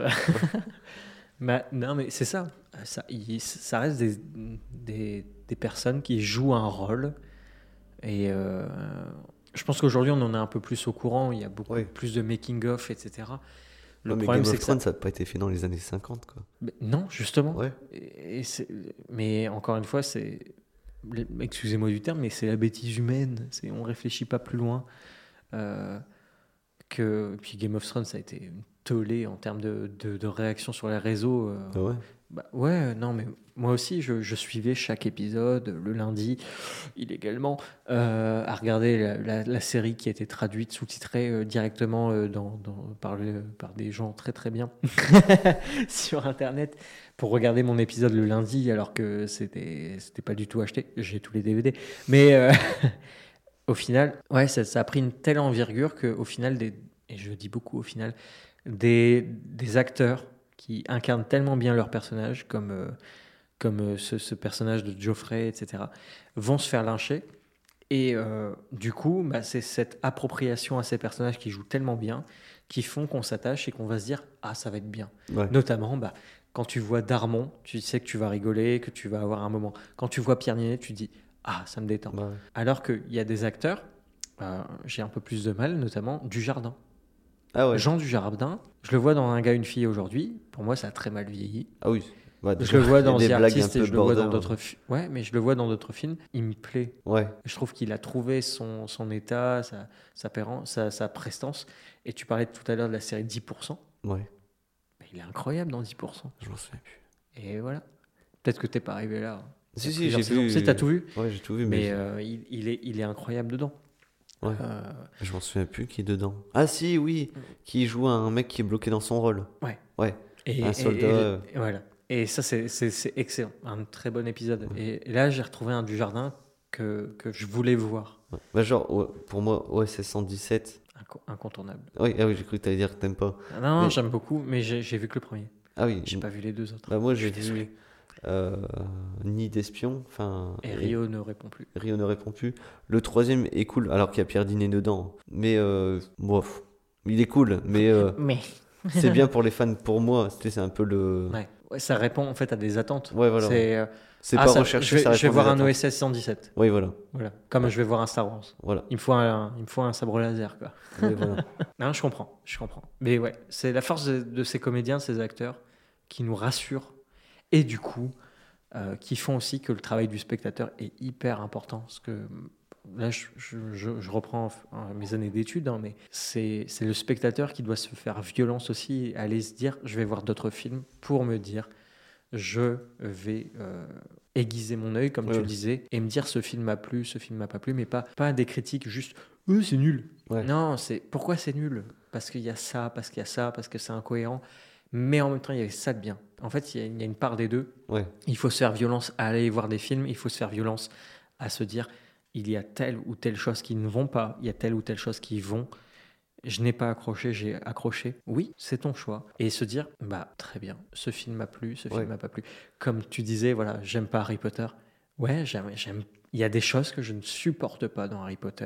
Bah, non, mais c'est ça. Ça reste des personnes qui jouent un rôle. Et je pense qu'aujourd'hui, on en est un peu plus au courant. Il y a beaucoup Oui. plus de making-of, etc. Le Ouais, mais problème, Game c'est of que Thrones ça n'a pas été fait dans les années 50 quoi. Mais non, justement. Ouais. Mais encore une fois, excusez-moi du terme, mais c'est la bêtise humaine. On réfléchit pas plus loin. Euh, Puis Game of Thrones, ça a été une tollée en termes de réaction sur les réseaux. Ah ouais. Bah, ouais, non, mais moi aussi, je suivais chaque épisode le lundi, illégalement, à regarder la série qui a été traduite, sous-titrée directement par des gens très très bien sur Internet pour regarder mon épisode le lundi, alors que c'était pas du tout acheté. J'ai tous les DVD. Mais au final, ouais, ça a pris une telle envergure qu'au final, et je dis beaucoup au final, des acteurs qui incarnent tellement bien leur personnage, comme ce personnage de Geoffrey, etc., vont se faire lyncher. Et du coup, bah, c'est cette appropriation à ces personnages qui jouent tellement bien, qui font qu'on s'attache et qu'on va se dire « Ah, ça va être bien Ouais. ». Notamment, bah, quand tu vois Darmon, tu sais que tu vas rigoler, que tu vas avoir un moment. Quand tu vois Pierre Ninet, tu te dis « Ah, ça me détend Bah ouais. ». Alors qu'il y a des acteurs, j'ai un peu plus de mal, notamment Dujardin. Ah ouais. Jean Dujardin, je le vois dans Un gars, une fille aujourd'hui. Pour moi, ça a très mal vieilli. Ah oui. Bah, Je le vois il y a dans des The blagues Artist un et peu je le vois dans border. d'autres films. Ouais, mais je le vois dans d'autres films. Il me plaît. Ouais. Je trouve qu'il a trouvé son état, sa prestance. Et tu parlais tout à l'heure de la série 10%. Ouais. Mais il est incroyable dans 10%. Je m'en souviens plus. Et voilà. Peut-être que t'es pas arrivé là. Si, Il y a si, plusieurs j'ai saisons. vu. Si, t'as tout vu. Ouais, j'ai tout vu, Mais mais il est incroyable dedans. ouais. Je m'en souviens plus qui est dedans. Ah si, oui. Qui joue un mec qui est bloqué dans son rôle. Ouais. Ouais. Et, Un soldat. et voilà. Et ça, c'est excellent. Un très bon épisode. Ouais. Et là, j'ai retrouvé un Dujardin que je voulais voir. Ouais. Bah genre, ouais, pour moi, OSS 117. Incontournable. Oui, ah oui, j'ai cru que t'allais dire que t'aimes pas. Non, Mais- j'aime beaucoup, mais j'ai vu que le premier. Ah oui. J'ai pas vu les deux autres. Bah moi Je j'ai suis vu désolé. Nid d'espion. Enfin. Et Rio ne répond plus. Rio ne répond plus. Le troisième est cool, alors qu'il y a Pierre Dinet dedans. Mais bof. Il est cool, mais Mais. c'est bien pour les fans. Pour moi, c'est un peu le. Ouais, ça répond en fait à des attentes. Ouais, voilà. C'est, C'est pas ça, recherché, je ça vais répond voir à un des attentes. OSS 117. Oui, voilà. Voilà. Comme je vais voir un Star Wars. Voilà. Il me faut un sabre laser, quoi. Oui, voilà. Non, je comprends. Mais ouais, c'est la force de ces comédiens, de ces acteurs, qui nous rassurent et du coup, qui font aussi que le travail du spectateur est hyper important. Parce que là, je reprends mes années d'études, hein, mais c'est le spectateur qui doit se faire violence aussi, et aller se dire, je vais voir d'autres films pour me dire, je vais aiguiser mon œil, comme tu le disais, et me dire ce film m'a plu, ce film m'a pas plu, mais pas des critiques juste c'est nul. Ouais. Non, c'est pourquoi c'est nul? Parce qu'il y a ça, parce qu'il y a ça, parce que c'est incohérent. Mais en même temps, il y avait ça de bien. En fait, il y a une part des deux. Ouais. Il faut se faire violence à aller voir des films, il faut se faire violence à se dire il y a telle ou telle chose qui ne vont pas, il y a telle ou telle chose qui vont. Je n'ai pas accroché, j'ai accroché. Oui, c'est ton choix. Et se dire, bah très bien, ce film m'a plu, ce film m'a pas plu. Comme tu disais, voilà, j'aime pas Harry Potter. Ouais, j'aime. Il y a des choses que je ne supporte pas dans Harry Potter.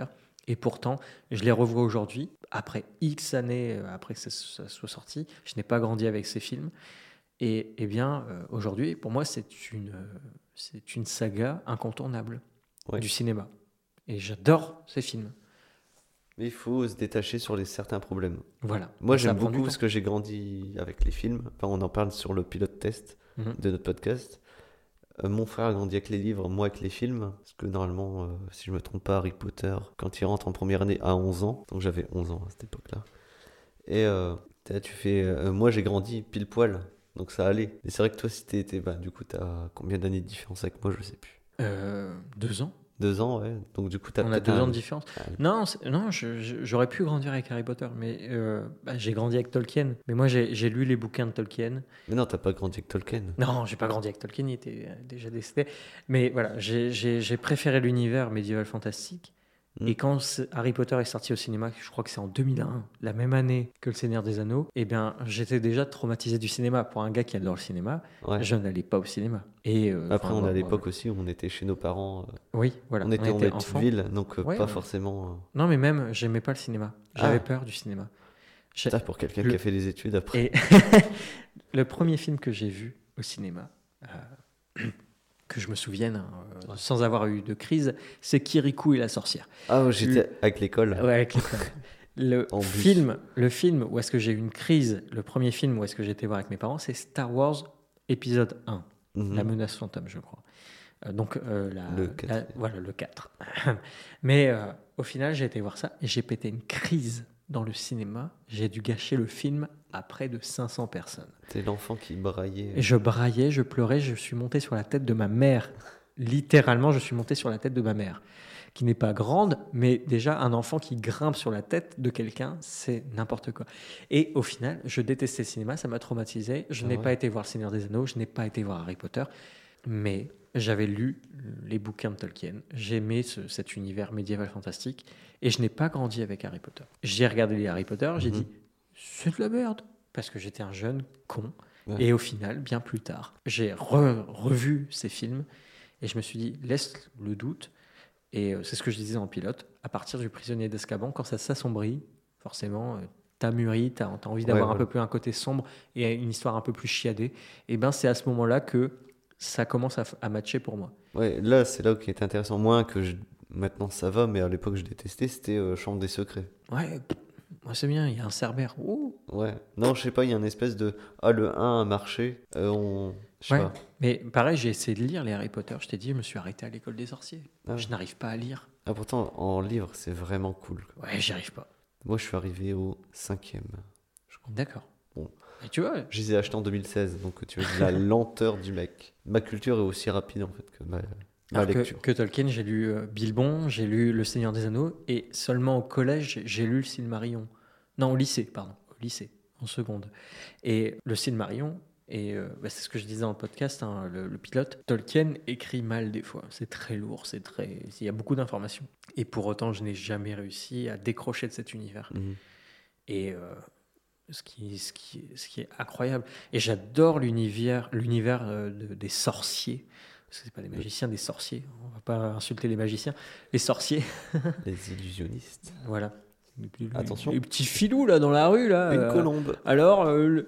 Et pourtant, je les revois aujourd'hui, après X années, après que ça soit sorti. Je n'ai pas grandi avec ces films. Et eh bien, aujourd'hui, pour moi, c'est une saga incontournable Ouais. du cinéma. Et j'adore ces films. Mais il faut se détacher sur certains problèmes. Voilà. Moi, Et ça j'aime prend du beaucoup temps. parce que j'ai grandi avec les films. Enfin, on en parle sur le pilote test Mhm. de notre podcast. Mon frère a grandi avec les livres, moi avec les films. Parce que normalement, si je me trompe pas, Harry Potter, quand il rentre en première année, a 11 ans. Donc j'avais 11 ans à cette époque-là. Et tu fais. Moi, j'ai grandi pile poil. Donc ça allait. Et c'est vrai que toi, si t'étais. Bah, du coup, t'as combien d'années de différence avec moi? Je sais plus. 2 ans. 2 ans, ouais. Donc du coup, t'as On a peut-être 2 ans un. de différence. Non, non, j'aurais pu grandir avec Harry Potter, mais j'ai grandi avec Tolkien. Mais moi, j'ai lu les bouquins de Tolkien. Mais non, t'as pas grandi avec Tolkien. Non, j'ai pas grandi avec Tolkien, il était déjà décédé. Mais voilà, j'ai préféré l'univers médiéval fantastique. Mm. Et quand Harry Potter est sorti au cinéma, je crois que c'est en 2001, la même année que Le Seigneur des Anneaux, eh bien, j'étais déjà traumatisé du cinéma. Pour un gars qui adore le cinéma, Ouais. je n'allais pas au cinéma. Et Après, enfin, on est à bon, l'époque aussi où on était chez nos parents. oui, voilà, On était en petite enfant. ville, donc Ouais, pas ouais. forcément. Non, mais même, j'aimais pas le cinéma. J'avais Ah. peur du cinéma. Ça, pour quelqu'un le- qui a fait des études après. Et le premier film que j'ai vu au cinéma, que je me souvienne, hein, sans avoir eu de crise, c'est Kirikou et la sorcière. Ah, ouais, j'étais avec l'école. Ouais, avec l'école. En bus. Le film où est-ce que j'ai eu une crise, le premier film où est-ce que j'ai été voir avec mes parents, c'est Star Wars épisode 1, Mhm. La menace fantôme, je crois. Donc, Le 4. voilà, le 4. Mais au final, j'ai été voir ça et j'ai pété une crise dans le cinéma. J'ai dû gâcher le film à près de 500 personnes. T'es l'enfant qui braillait. Et je braillais, je pleurais, je suis monté sur la tête de ma mère. Littéralement, je suis monté sur la tête de ma mère, qui n'est pas grande, mais déjà un enfant qui grimpe sur la tête de quelqu'un, c'est n'importe quoi. Et au final, je détestais le cinéma, ça m'a traumatisé. Je Ah n'ai ouais. pas été voir Le Seigneur des Anneaux, je n'ai pas été voir Harry Potter, mais j'avais lu les bouquins de Tolkien. J'aimais cet univers médiéval fantastique et je n'ai pas grandi avec Harry Potter. J'ai regardé les Harry Potter, j'ai Mhm. dit c'est de la merde parce que j'étais un jeune con. Ouais. Et au final, bien plus tard, j'ai revu ces films et je me suis dit laisse le doute. Et c'est ce que je disais en pilote. À partir du Prisonnier d'Azkaban, quand ça s'assombrit, forcément, t'as mûri, t'as envie d'avoir Ouais, un peu plus un côté sombre et une histoire un peu plus chiadée. Et ben c'est à ce moment-là que ça commence à matcher pour moi. Ouais, là, c'est là qui est intéressant. Moi, maintenant ça va, mais à l'époque, je détestais, c'était Chambre des secrets. Ouais, moi c'est bien, il y a un Cerbère. Ouh. Ouais. Non, je sais pas, il y a une espèce de. Ah, le 1 a marché. Je sais Ouais. pas. Mais pareil, j'ai essayé de lire les Harry Potter. Je t'ai dit, je me suis arrêté à l'école des sorciers. Ah. Je n'arrive pas à lire. Ah, pourtant, en livre, c'est vraiment cool. Ouais, j'y arrive pas. Moi, je suis arrivé au 5e. D'accord. Bon. Et tu vois, Je les ai achetés en 2016, donc tu vois la lenteur du mec. Ma culture est aussi rapide en fait que ma alors lecture. que Tolkien, j'ai lu Bilbon, j'ai lu Le Seigneur des Anneaux, et seulement au collège, j'ai lu le Silmarillion. Non, au lycée, pardon, au lycée, en seconde. Et le Silmarillion, et c'est ce que je disais dans le podcast, hein, le pilote, Tolkien écrit mal des fois. C'est très lourd, il y a beaucoup d'informations. Et pour autant, je n'ai jamais réussi à décrocher de cet univers. Mhm. Et ce qui est incroyable. Et j'adore l'univers des sorciers. Parce que c'est pas des magiciens, des sorciers. On va pas insulter les magiciens. Les sorciers, Les illusionnistes. voilà. Attention. Les petits filous là dans la rue là. Une colombe. Alors,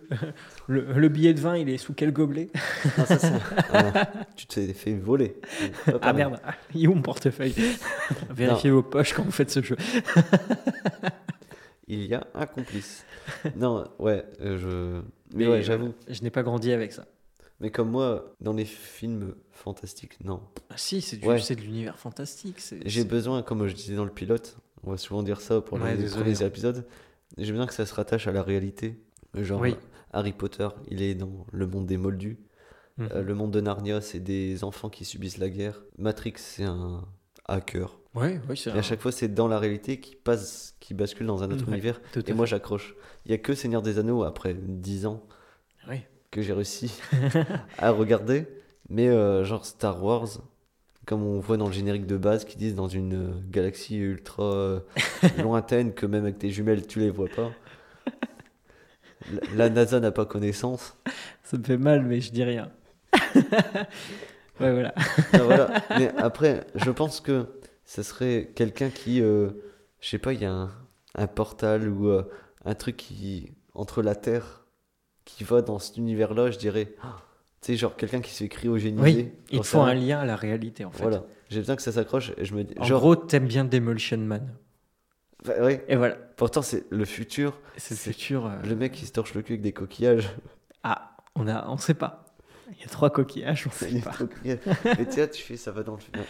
le billet de vin, il est sous quel gobelet? Ah, ça, c'est- tu t'es fait voler. Pas Ah par merde, il est où mon portefeuille? Vérifiez vos poches quand vous faites ce jeu. Il y a un complice. Non, ouais, Mais Mais ouais, j'avoue. Je n'ai pas grandi avec ça. Mais comme moi, dans les films fantastiques, non. Ah si, Ouais. c'est de l'univers fantastique. J'ai besoin, comme je disais dans le pilote, on va souvent dire ça pour Ouais, les désolé. premiers épisodes, j'ai besoin que ça se rattache à la réalité. Genre, Oui. Harry Potter, il est dans le monde des moldus. Mhm. Le monde de Narnia, c'est des enfants qui subissent la guerre. Matrix, c'est un hacker. Ouais, c'est Et à chaque fois, c'est dans la réalité qui bascule dans un autre Ouais, univers. tout à Et moi, fait. j'accroche. Il y a que Seigneur des Anneaux, après 10 ans, Oui. que j'ai réussi à regarder. Mais genre Star Wars, comme on voit dans le générique de base, qui disent dans une galaxie ultra lointaine, que même avec tes jumelles, tu les vois pas. La NASA n'a pas connaissance. Ça me fait mal, mais je dis rien. Ouais, voilà. Ah, voilà. Mais après, je pense que ce serait quelqu'un qui je sais pas, il y a un portal ou un truc entre la Terre qui va dans cet univers-là, je dirais. Tu sais, genre quelqu'un qui se fait cryogéniser. Oui, il j'en te sais faut un rien. lien à la réalité, en fait. Voilà, j'ai besoin que ça s'accroche et je me dis. En Genre, gros, t'aimes bien Demolition Man. ouais, Et voilà, pourtant c'est le futur. c'est le C'est futur. le mec qui se torche le cul avec des coquillages. Ah, on sait pas. Il y a 3 coquillages, on sait Les pas. coquillages. Mais tu vois, tu fais ça va dans le film.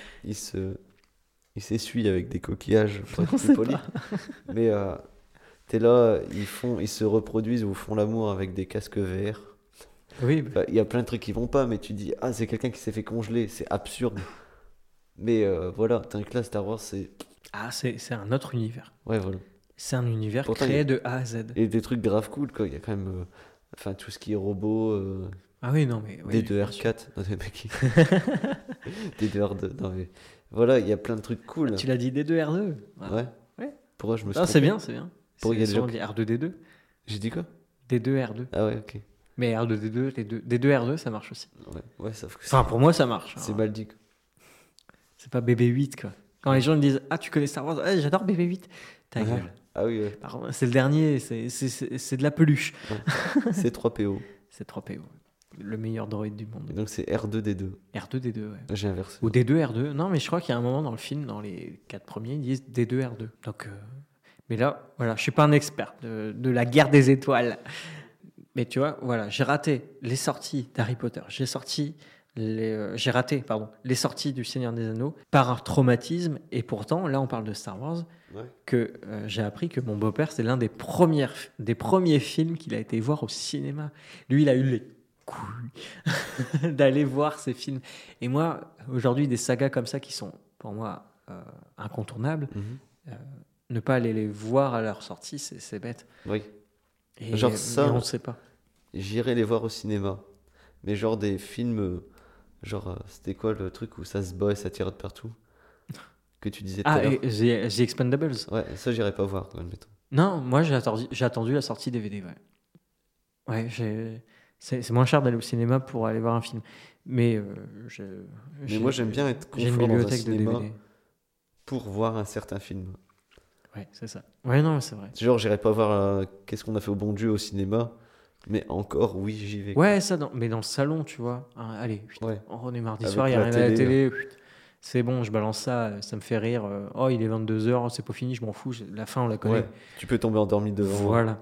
Il s'essuie avec des coquillages pour être On plus sait poli. pas. Mais t'es là, ils se reproduisent ou font l'amour avec des casques verts. Oui, Enfin, il y a plein de trucs qui vont pas, mais tu dis, ah, c'est quelqu'un qui s'est fait congeler, c'est absurde. Mais voilà, tant que là, Star Wars, c'est. ah, c'est un autre univers. Ouais, voilà. C'est un univers Pourtant, créé de A à Z. Et des trucs grave cool, quoi. Il y a quand même. Enfin, tout ce qui est robot. Ah oui, non, mais. Oui, bien sûr. D2R4. Non, mais mec, D2R2. Non, mais. Voilà, il y a plein de trucs cool. Tu l'as dit D2R2. Ah. Ouais. Ouais. Pourquoi je me suis Ah, c'est trompé bien, c'est bien. Pour y aller souvent joke. dit R2D2. J'ai dit quoi D2R2. Ah ouais, ok. Mais R2D2, D2R2, ça marche aussi. Ouais, ouais, sauf que Enfin, pour moi, ça marche. c'est hein. mal dit. Quoi. C'est pas BB8, quoi. Quand les gens me disent, ah, tu connais Star Wars, ah, j'adore BB8. Ta Ouais. gueule. Ah oui, ouais. Par contre, c'est le dernier, c'est de la peluche. C'est 3PO. C'est 3PO. Le meilleur droïde du Et monde. donc c'est R2D2. R2D2, ouais. J'ai inversé. Ou D2R2. Non, mais je crois qu'il y a un moment dans le film, dans les 4 premiers, ils disent D2R2. Donc, mais là, voilà, je suis pas un expert de la guerre des étoiles. Mais tu vois, voilà, j'ai raté les sorties d'Harry Potter. J'ai raté, pardon, les sorties du Seigneur des Anneaux par un traumatisme. Et pourtant, là, on parle de Star Wars. Ouais. Que j'ai appris que mon beau-père, c'est l'un des premiers films qu'il a été voir au cinéma. Lui, il a eu les couilles d'aller voir ces films. Et moi, aujourd'hui, des sagas comme ça qui sont, pour moi, incontournables, Mhm. ne pas aller les voir à leur sortie, c'est bête. Oui. Et, Genre ça, mais on ne sait pas. J'irai les voir au cinéma. Mais genre des films. C'était quoi le truc où ça se bat et ça tire de partout que tu disais tout à Ah, l'heure. et The Expendables. Ouais, ça j'irai pas voir, admettons. Non, moi, j'ai attendu la sortie DVD. Ouais, ouais c'est moins cher d'aller au cinéma pour aller voir un film. Mais, Mais moi j'aime bien être j'ai une confort dans un bibliothèque de cinéma DVD. pour voir un certain film. Ouais, c'est ça. Ouais, non, c'est vrai. Genre j'irai pas voir Qu'est-ce qu'on a fait au bon Dieu au cinéma, mais encore oui j'y vais. Ouais, ça, mais dans le salon, tu vois. Hein, allez, putain, Ouais. on est mardi Avec soir, il n'y a la rien à la télé, télé. Putain, c'est bon, je balance ça, ça me fait rire. Oh, il est 22h, c'est pas fini, je m'en fous. La fin, on la connaît. Ouais, tu peux tomber endormi devant. Voilà.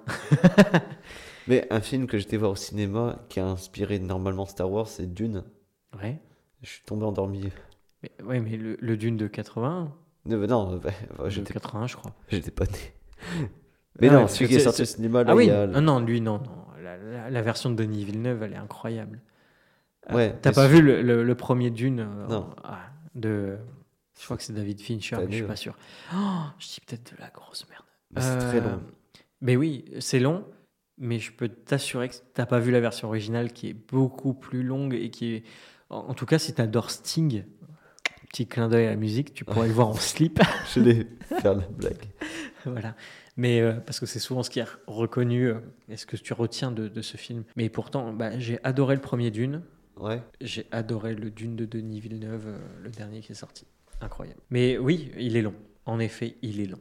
Mais un film que j'étais voir au cinéma qui a inspiré normalement Star Wars, c'est Dune. Ouais. Je suis tombé endormi. Mais, ouais, mais le Dune de 80, Non, de j'étais 80, je crois. pas né. Mais Ah non, ouais, celui qui est sorti au cinéma, là, Ah oui, il y a. non, lui, non. La version de Denis Villeneuve, elle est incroyable. Ouais, T'as mais pas c'est- vu le premier Dune Non. de. Je crois que c'est David Fincher, T'as mais je suis vu, pas ouais. sûr. Oh, je dis peut-être de la grosse merde. Mais c'est très long. Mais oui, c'est long, mais je peux t'assurer que t'as pas vu la version originale qui est beaucoup plus longue et qui est. En tout cas, si t'adores Sting, petit clin d'œil à la musique, tu pourrais le voir en slip. Je l'ai faire la blague. Voilà. Mais parce que c'est souvent ce qui est reconnu. Est-ce que tu retiens de ce film? Mais pourtant, bah, j'ai adoré le premier Dune. Ouais. J'ai adoré le Dune de Denis Villeneuve, le dernier qui est sorti. Incroyable. Mais oui, il est long. En effet, il est long.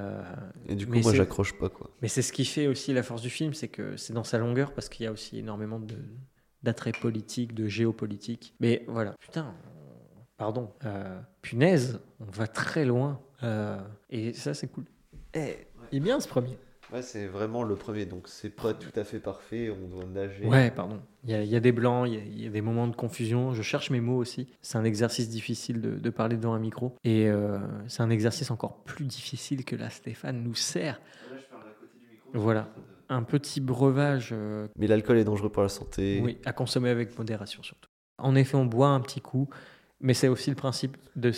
Et du coup, mais moi, c'est- j'accroche pas, quoi. Mais c'est ce qui fait aussi la force du film, c'est que c'est dans sa longueur parce qu'il y a aussi énormément d'attrait politique, de géopolitique. Mais voilà, putain, pardon, punaise, on va très loin. Et ça, c'est cool. Il est bien ce premier. Ouais, c'est vraiment le premier, donc c'est pas tout à fait parfait, on doit nager. Ouais, pardon. Il y a des blancs, il y a des moments de confusion. Je cherche mes mots aussi. C'est un exercice difficile de parler devant un micro. Et c'est un exercice encore plus difficile que là, Stéphane nous sert. Voilà. Un petit breuvage Mais l'alcool est dangereux pour la santé. oui, à consommer avec modération surtout. En effet, on boit un petit coup, mais c'est aussi le principe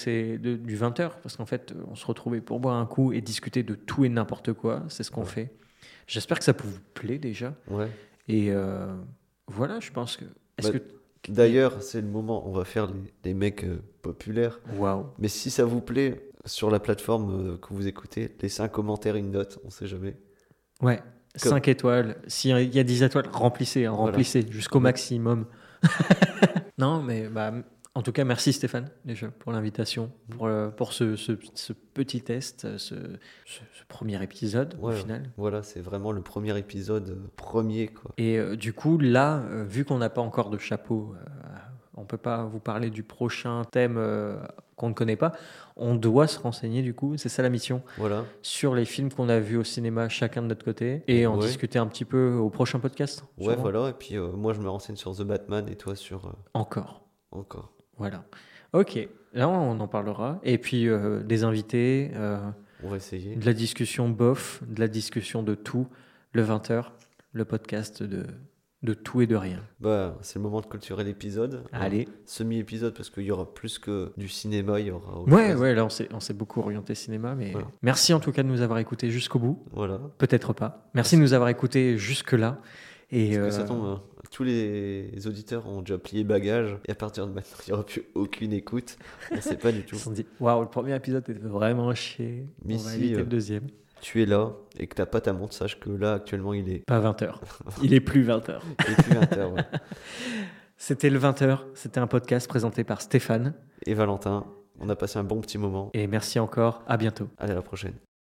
du 20h, parce qu'en fait, on se retrouvait pour boire un coup et discuter de tout et n'importe quoi. C'est ce qu'on fait. J'espère que ça vous plaît déjà. Ouais. Et voilà, je pense que. Est-ce Bah, que. D'ailleurs, c'est le moment, on va faire les mecs populaires. Waouh! Mais si ça vous plaît, sur la plateforme que vous écoutez, laissez un commentaire, une note, on sait jamais. Ouais, Comme- 5 étoiles. S'il y a 10 étoiles, remplissez, hein, Voilà. remplissez jusqu'au maximum. Non, mais bah, En tout cas, merci Stéphane déjà pour l'invitation, pour ce petit test, ce premier épisode au Ouais, final. voilà, c'est vraiment le premier épisode, premier, quoi. Et du coup, là, vu qu'on n'a pas encore de chapeau, on ne peut pas vous parler du prochain thème qu'on ne connaît pas. On doit se renseigner, du coup, c'est ça la mission, Voilà, sur les films qu'on a vus au cinéma chacun de notre côté et en ouais, discuter un petit peu au prochain podcast. ouais, sûrement. voilà. Et puis moi, je me renseigne sur The Batman et toi sur Encore. encore. Voilà. Ok, là on en parlera. Et puis des invités, On va essayer. de la discussion bof, de la discussion de tout, le 20h, le podcast de tout et de rien. Bah, c'est le moment de clôturer l'épisode. Allez. Semi-épisode parce qu'il y aura plus que du cinéma, il y aura autre Ouais, chose. ouais, là on s'est beaucoup orienté cinéma, mais Voilà. merci en tout cas de nous avoir écoutés jusqu'au bout. Voilà. Peut-être pas. Merci de nous avoir écoutés jusque-là. Et Parce que ça tombe, tous les auditeurs ont déjà plié bagage et à partir de maintenant, il n'y aura plus aucune écoute. On ne sait pas du ils tout. se sont dit, waouh, le premier épisode était vraiment chier. Mais On va si, éviter le deuxième. Tu es là et que t'as pas ta montre, sache que là actuellement il est Pas 20h. Il est plus 20h. il est plus 20h. Ouais. C'était le 20h. C'était un podcast présenté par Stéphane. Et Valentin, on a passé un bon petit moment. Et merci encore. À bientôt. Allez, à la prochaine.